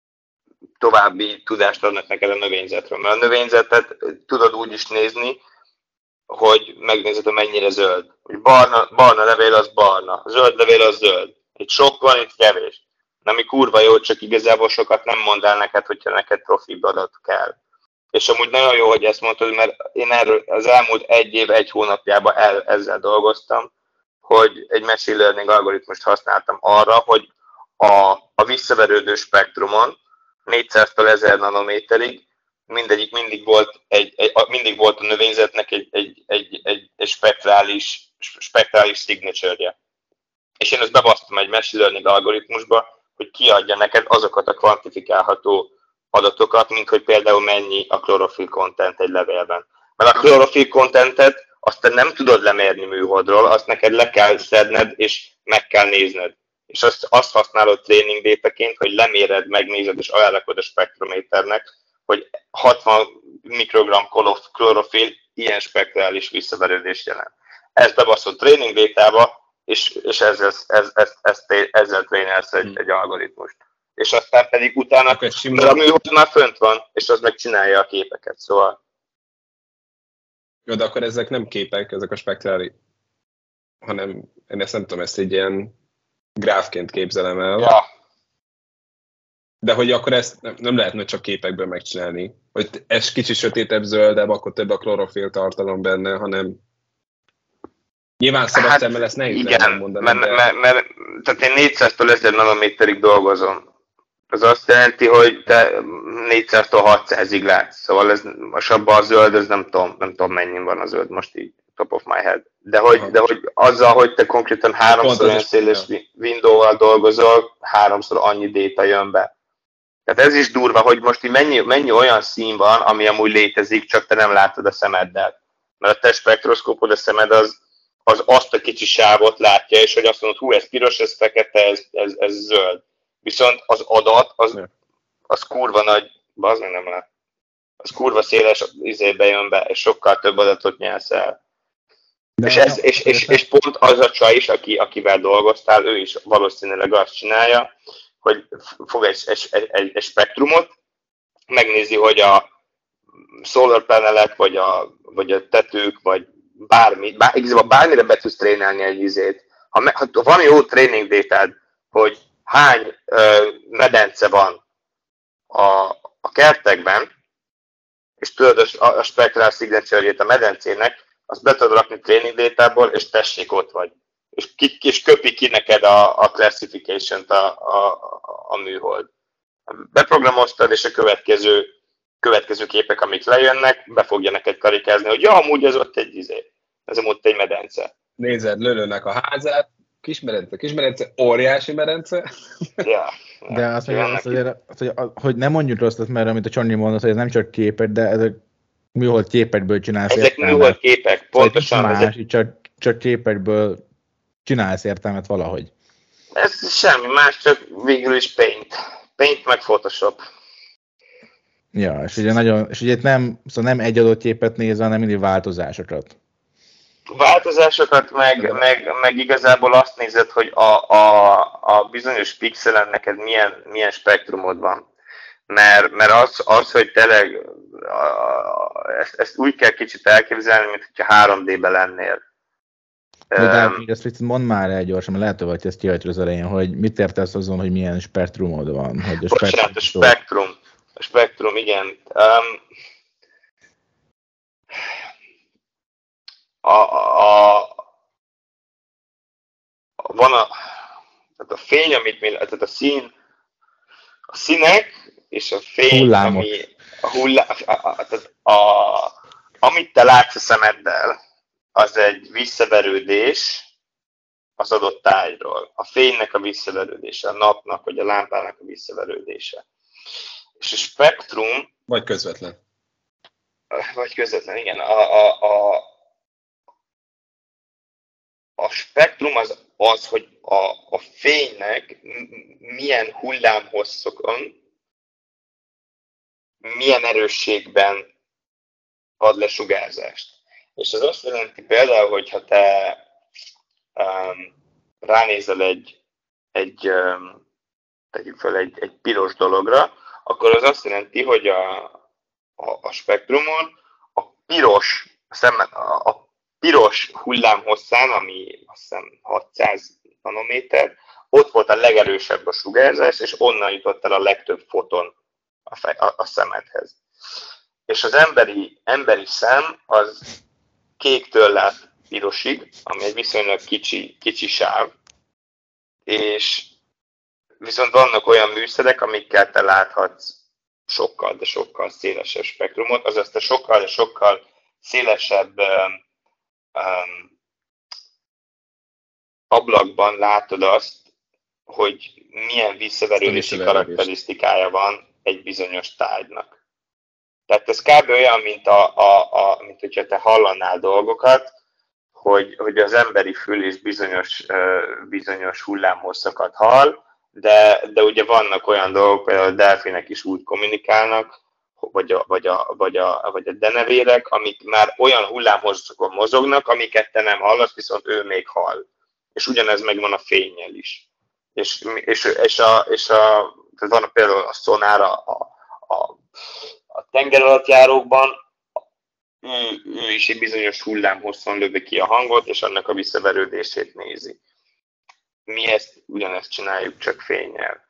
további tudást adnak neked a növényzetről. Mert a növényzetet tudod úgy is nézni, hogy megnézed, hogy mennyire zöld. Hogy barna, barna levél az barna, zöld levél az zöld. Itt sok van, itt kevés. Ami kurva jó, csak igazából sokat nem mond el neked, hogyha neked profibb adat kell. És amúgy nagyon jó, hogy ezt mondtad, mert én erről az elmúlt egy év, egy hónapjában el, ezzel dolgoztam, hogy egy machine learning algoritmust használtam arra, hogy a, a visszaverődő spektrumon négyszáztól ezer nanométerig mindegyik mindig volt, egy, egy, mindig volt a növényzetnek egy, egy, egy, egy, egy spektrális, spektrális signature-je. És én ezt bebasztom egy machine learning algoritmusba, hogy kiadja neked azokat a kvantifikálható adatokat, mint hogy például mennyi a klorofil content egy levélben. Mert a klorofil contentet azt te nem tudod lemérni műholdról, azt neked le kell szedned és meg kell nézned. És azt, azt használod training dataként, hogy leméred, megnézed és ajánlakod a spektrométernek, hogy hatvan mikrogram klorofil ilyen spektrális visszaverődést jelent. Ezt bebaszod training datába, és, és ezzel, ez, ez, ez, ezzel trénelsz egy, egy algoritmust. És aztán pedig utána, a műhold már fönt van, és az meg csinálja a képeket, szóval. Jó, de akkor ezek nem képek, ezek a spektrális, hanem én ezt nem tudom, ezt egy ilyen gráfként képzelem el. Ja. De hogy akkor ezt nem, nem lehetne csak képekből megcsinálni. Hogy ez kicsit sötétebb, zöldebb, akkor több a klorofil tartalom benne, hanem nyilván szabad hát, szemmel ezt nehéz igen, mondani. Mert, de... mert, mert, tehát én négyszáztól ezer nanométerig dolgozom. Az azt jelenti, hogy te négyszáztól hatszázig látsz. Szóval ez, most abban a zöld, ez nem tudom, nem tudom mennyi van a zöld most így top of my head. De hogy, de hogy azzal, hogy te konkrétan háromszor olyan széles windowval dolgozol, háromszor annyi data jön be. Tehát ez is durva, hogy most így mennyi, mennyi olyan szín van, ami amúgy létezik, csak te nem látod a szemeddel. Mert a te spektroszkópod, a szemed az, az azt a kicsi sávot látja, és hogy azt mondod, hú, ez piros, ez fekete, ez, ez, ez zöld. Viszont az adat, az, az kurva nagy, az meg nem lát. Az kurva széles izébe jön be, és sokkal több adatot nyelsz el. És, ez, és, és, és pont az a csaj is, aki, akivel dolgoztál, ő is valószínűleg azt csinálja, hogy fog egy, egy, egy, egy spektrumot, megnézi, hogy a solar panelek, vagy a, vagy a tetők, vagy bármi, bár, igazából bármire be tudsz trénelni egy izét. Ha, ha van jó training datád, hogy hány ö, medence van a, a kertekben, és tudod a, a spektral signature-jét a medencének, azt be tudod rakni training data-ból, és tessék, ott vagy. És, ki, és köpi ki neked a, a classification-t a, a, a műhold. Beprogramoztad, és a következő, következő képek, amik lejönnek, be fogja neked karikázni, hogy ja, amúgy ez ott egy izé, ez amúgy egy medence. Nézed lölőnek a házát, kismerence, kismerence, óriási medence. Ja. De azt mondja, azt azért, azt, hogy, hogy nem mondjuk rosszat, mert amit a Csonyi mondott, hogy ez nem csak képek, de ezek műhold képekből csinálsz ezek értelmet. műhold képek, pontosan. Más, ezek... csak, csak képekből csinálsz értelmet valahogy. Ez semmi más, csak végül is Paint. Paint meg Photoshop. Ja, és ugye, nagyon, és ugye nem, szóval nem egy adott képet nézel, hanem mindig változásokat. Változásokat, meg, meg, meg igazából azt nézed, hogy a, a, a bizonyos pixelen neked milyen, milyen spektrumod van. Mert, mert az, az, hogy tényleg ezt, ezt úgy kell kicsit elképzelni, mint hogyha három dé-ben lennél. De um, ezt mondd már el gyorsan, mert lehet, hogy ezt kihagytad az elején, hogy mit értesz azon, hogy milyen spektrumod van. Hogy a bocsánat, a spektrum. A spektrum, igen. Um, a, a, a, van a, tehát a fény, amit mi, tehát a szín, a színek és a fény, hullámok. ami a hullá, a, a, a, a, amit te látsz a szemeddel, az egy visszaverődés az adott tájról. A fénynek a visszaverődése, a napnak vagy a lámpának a visszaverődése. És a spektrum... Vagy közvetlen. Vagy közvetlen, igen. A, a, a, a spektrum az, az hogy a, a fénynek milyen hullámhosszokon, milyen erősségben ad le sugárzást. És ez azt jelenti például, hogyha te um, ránézel egy, egy, um, tegyük fel egy, egy piros dologra, akkor az azt jelenti, hogy a, a, a spektrumon a piros, a, szem, a, a piros hullámhosszán, ami azt hiszem hatszáz nanométer, ott volt a legerősebb a sugárzás, és onnan jutott el a legtöbb foton a, fej, a, a szemedhez. És az emberi, emberi szem az kéktől lát pirosig, ami egy viszonylag kicsi, kicsi sáv, és viszont vannak olyan műszerek, amikkel te láthatsz sokkal, de sokkal szélesebb spektrumot, azaz te sokkal, de sokkal szélesebb um, um, ablakban látod azt, hogy milyen visszaverődési karakterisztikája van egy bizonyos tárgynak. Tehát ez kb. Olyan, mint, a, a, a, mint hogyha te hallanál dolgokat, hogy, hogy az emberi fül is bizonyos, bizonyos hullámhosszakat hall, de, de ugye vannak olyan dolgok, például a delfinek is úgy kommunikálnak, vagy a, vagy a, vagy a, vagy a denevérek, amik már olyan hullámhosszakon mozognak, amiket te nem hallasz, viszont ő még hall. És ugyanez megvan a fénnyel is. És, és, és, a, és a, tehát van például a szonára, a, a, a tengeralattjárókban, ő, ő is egy bizonyos hullámhosszon lövi ki a hangot, és annak a visszaverődését nézi. Mi ezt ugyanezt csináljuk, csak fénnyel.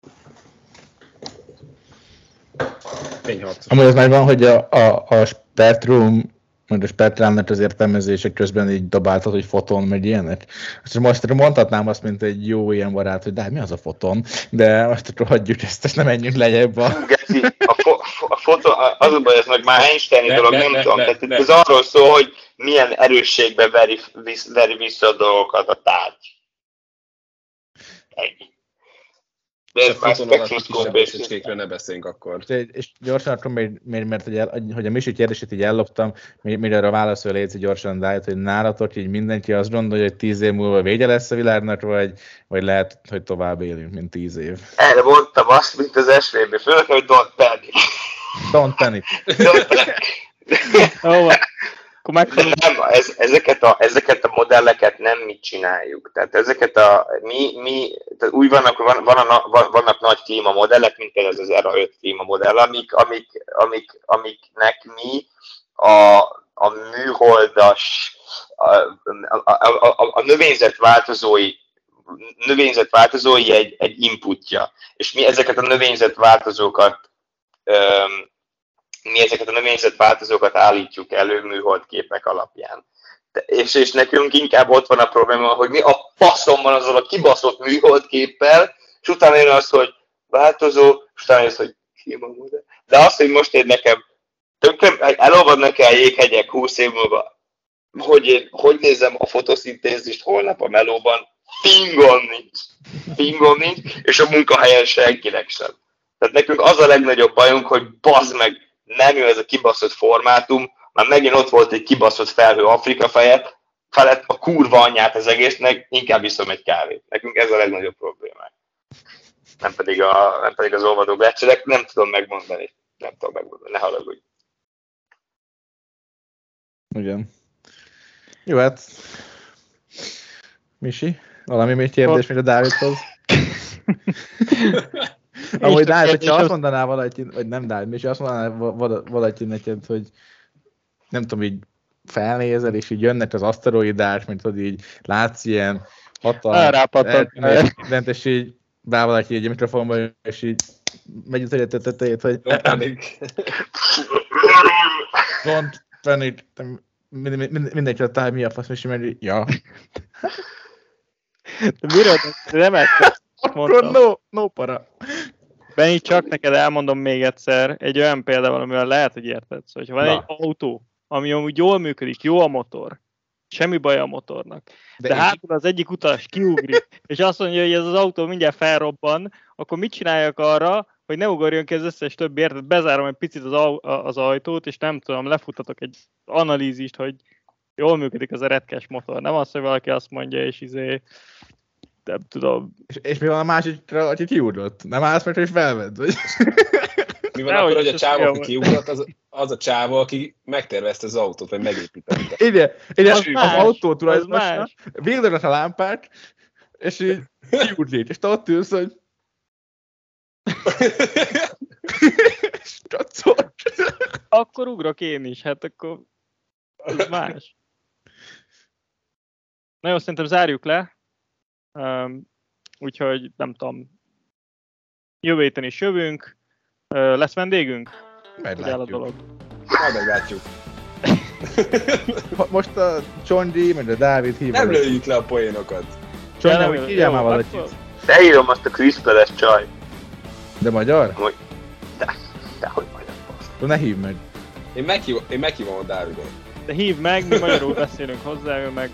Fényharcos. Amúgy az megvan, hogy a, a, a spektrum, mert a spektrálnak az értelmezések közben így dobáltad, hogy foton, meg ilyenek. Most mondhatnám azt, mint egy jó ilyen barát, hogy de mi az a foton, de most hagyjuk ezt, és nem menjünk lejjebbre. Geci, a, fo- a foton, az a baj, ez meg már Einsteini ne, dolog, ne, nem ne, tudom. Ne, Tehát ne. ez arról szól, hogy milyen erősségben veri, visz, veri vissza a dolgokat a tárgy. Ennyi. De ez már spektroszkóp és... ne beszéljünk akkor. És gyorsan akkor, mert, mert hogy, el, hogy a Misi kérdését így elloptam, mire arra válaszol Léci gyorsan rájött, hogy nálatok így mindenki azt gondolja, hogy tíz év múlva vége lesz a világnak, vagy, vagy lehet, hogy tovább élünk, mint tíz év. Erre mondtam azt, mint az es vé bé, főleg, hogy don't panic. Don't panic. Don't panic. Nem, ez, ezeket, a, ezeket a modelleket nem mi csináljuk. Tehát ezeket a, mi, mi tehát úgy vannak, van, van a, vannak nagy klímamodellek, mint például ez az er á öt klímamodell, amik, amik, amik, amiknek mi a, a műholdas, a, a, a, a, a növényzet változói, növényzet változói egy, egy inputja. És mi ezeket a növényzet változókat öm, mi ezeket a növényzetváltozókat állítjuk elő műholdképek alapján. De, és, és nekünk inkább ott van a probléma, hogy mi a faszom van azzal a kibaszott műholdképpel, és utána jön az, hogy változó, és utána jön az, hogy klímamodell. De az, hogy most én nekem tönkre, elolvadnak el jéghegyek húsz év múlva, hogy én hogy nézem a fotoszintézist holnap a melóban, fingom nincs. Fingom nincs, és a munkahelyen senkinek sem. Tehát nekünk az a legnagyobb bajunk, hogy bazd meg, nem jó ez a kibaszott formátum, már megint ott volt egy kibaszott felhő Afrika fejet, felett a kurva anyját az egésznek, inkább iszom egy kávét. Nekünk ez a legnagyobb problémák. Nem pedig, a, nem pedig az olvadó gletszerek, nem tudom megmondani. Nem tudom megmondani, ne haragudj. Igen. Jó, hát... Misi? Valami még kérdés, mint a Dávidhoz? Amúgy Dávid, hogyha azt mondaná valaki, vagy nem Dávid, Misi, azt mondaná valaki neked, hogy nem tudom, így felnézel, és így jönnek az aszteroidák, mint hogy így látsz ilyen hatalmas mindent, és így bár valaki így a mikrofonban, és így megy az egyetet tetejét, hogy don't panic, mindenki a táj, mi a fasz, és így, ja. De miről nem ezt Akkor no, no para. Benni, csak neked elmondom még egyszer, egy olyan példa van, amivel lehet, hogy érted. Szóval, ha van Na. egy autó, ami amúgy jól működik, jó a motor, semmi baj a motornak, de, de hátul az egyik utas kiugrik, és azt mondja, hogy ez az autó mindjárt felrobban, akkor mit csináljak arra, hogy ne ugorjon ki az összes többi, érted? Bezárom egy picit az, az ajtót, és nem tudom, lefutatok egy analízist, hogy jól működik az a retkes motor. Nem az, hogy valaki azt mondja, és izé... Nem tudom. És, és mi van a másikra, aki kiugrott? Nem állsz meg, és felvedd, vagy? Mi van akkor, hogy a csávó, aki kiugrott, az, az a csávó, aki megtervezte az autót, vagy megépítette. Igen, igen az, az autó tulajdonosa, végleges a lámpák, és így kiugrik, és te ott ülsz, hogy... Akkor ugrok én is, hát akkor az más. Na jó, szerintem zárjuk le. Um, úgyhogy nem tudom, jövő héten is jövünk, uh, lesz vendégünk? Meglátjuk. A dolog. Majd meglátjuk. Most a Csongyi, meg a Dávid hívja. Nem lőjük le a poénokat. Csongyi, nem, hogy hívjál már valakit. Akkor... De írom azt a Kriszpeles csaj. De magyar? Hogy... De, de hogy magyar basz. Ne hívd meg. Én, meghív, én meghívom a Dávidot. De hívd meg, mi magyarul beszélünk hozzá, ő meg...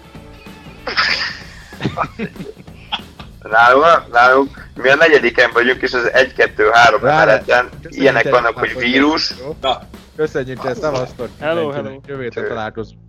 Nálunk, nálunk, mi a negyediken vagyunk, és az egy kettő három emeleten ilyenek vannak, hogy vírus. Na, köszönjük, te szavaztok. Hello, hello. Jövő héten találkozunk.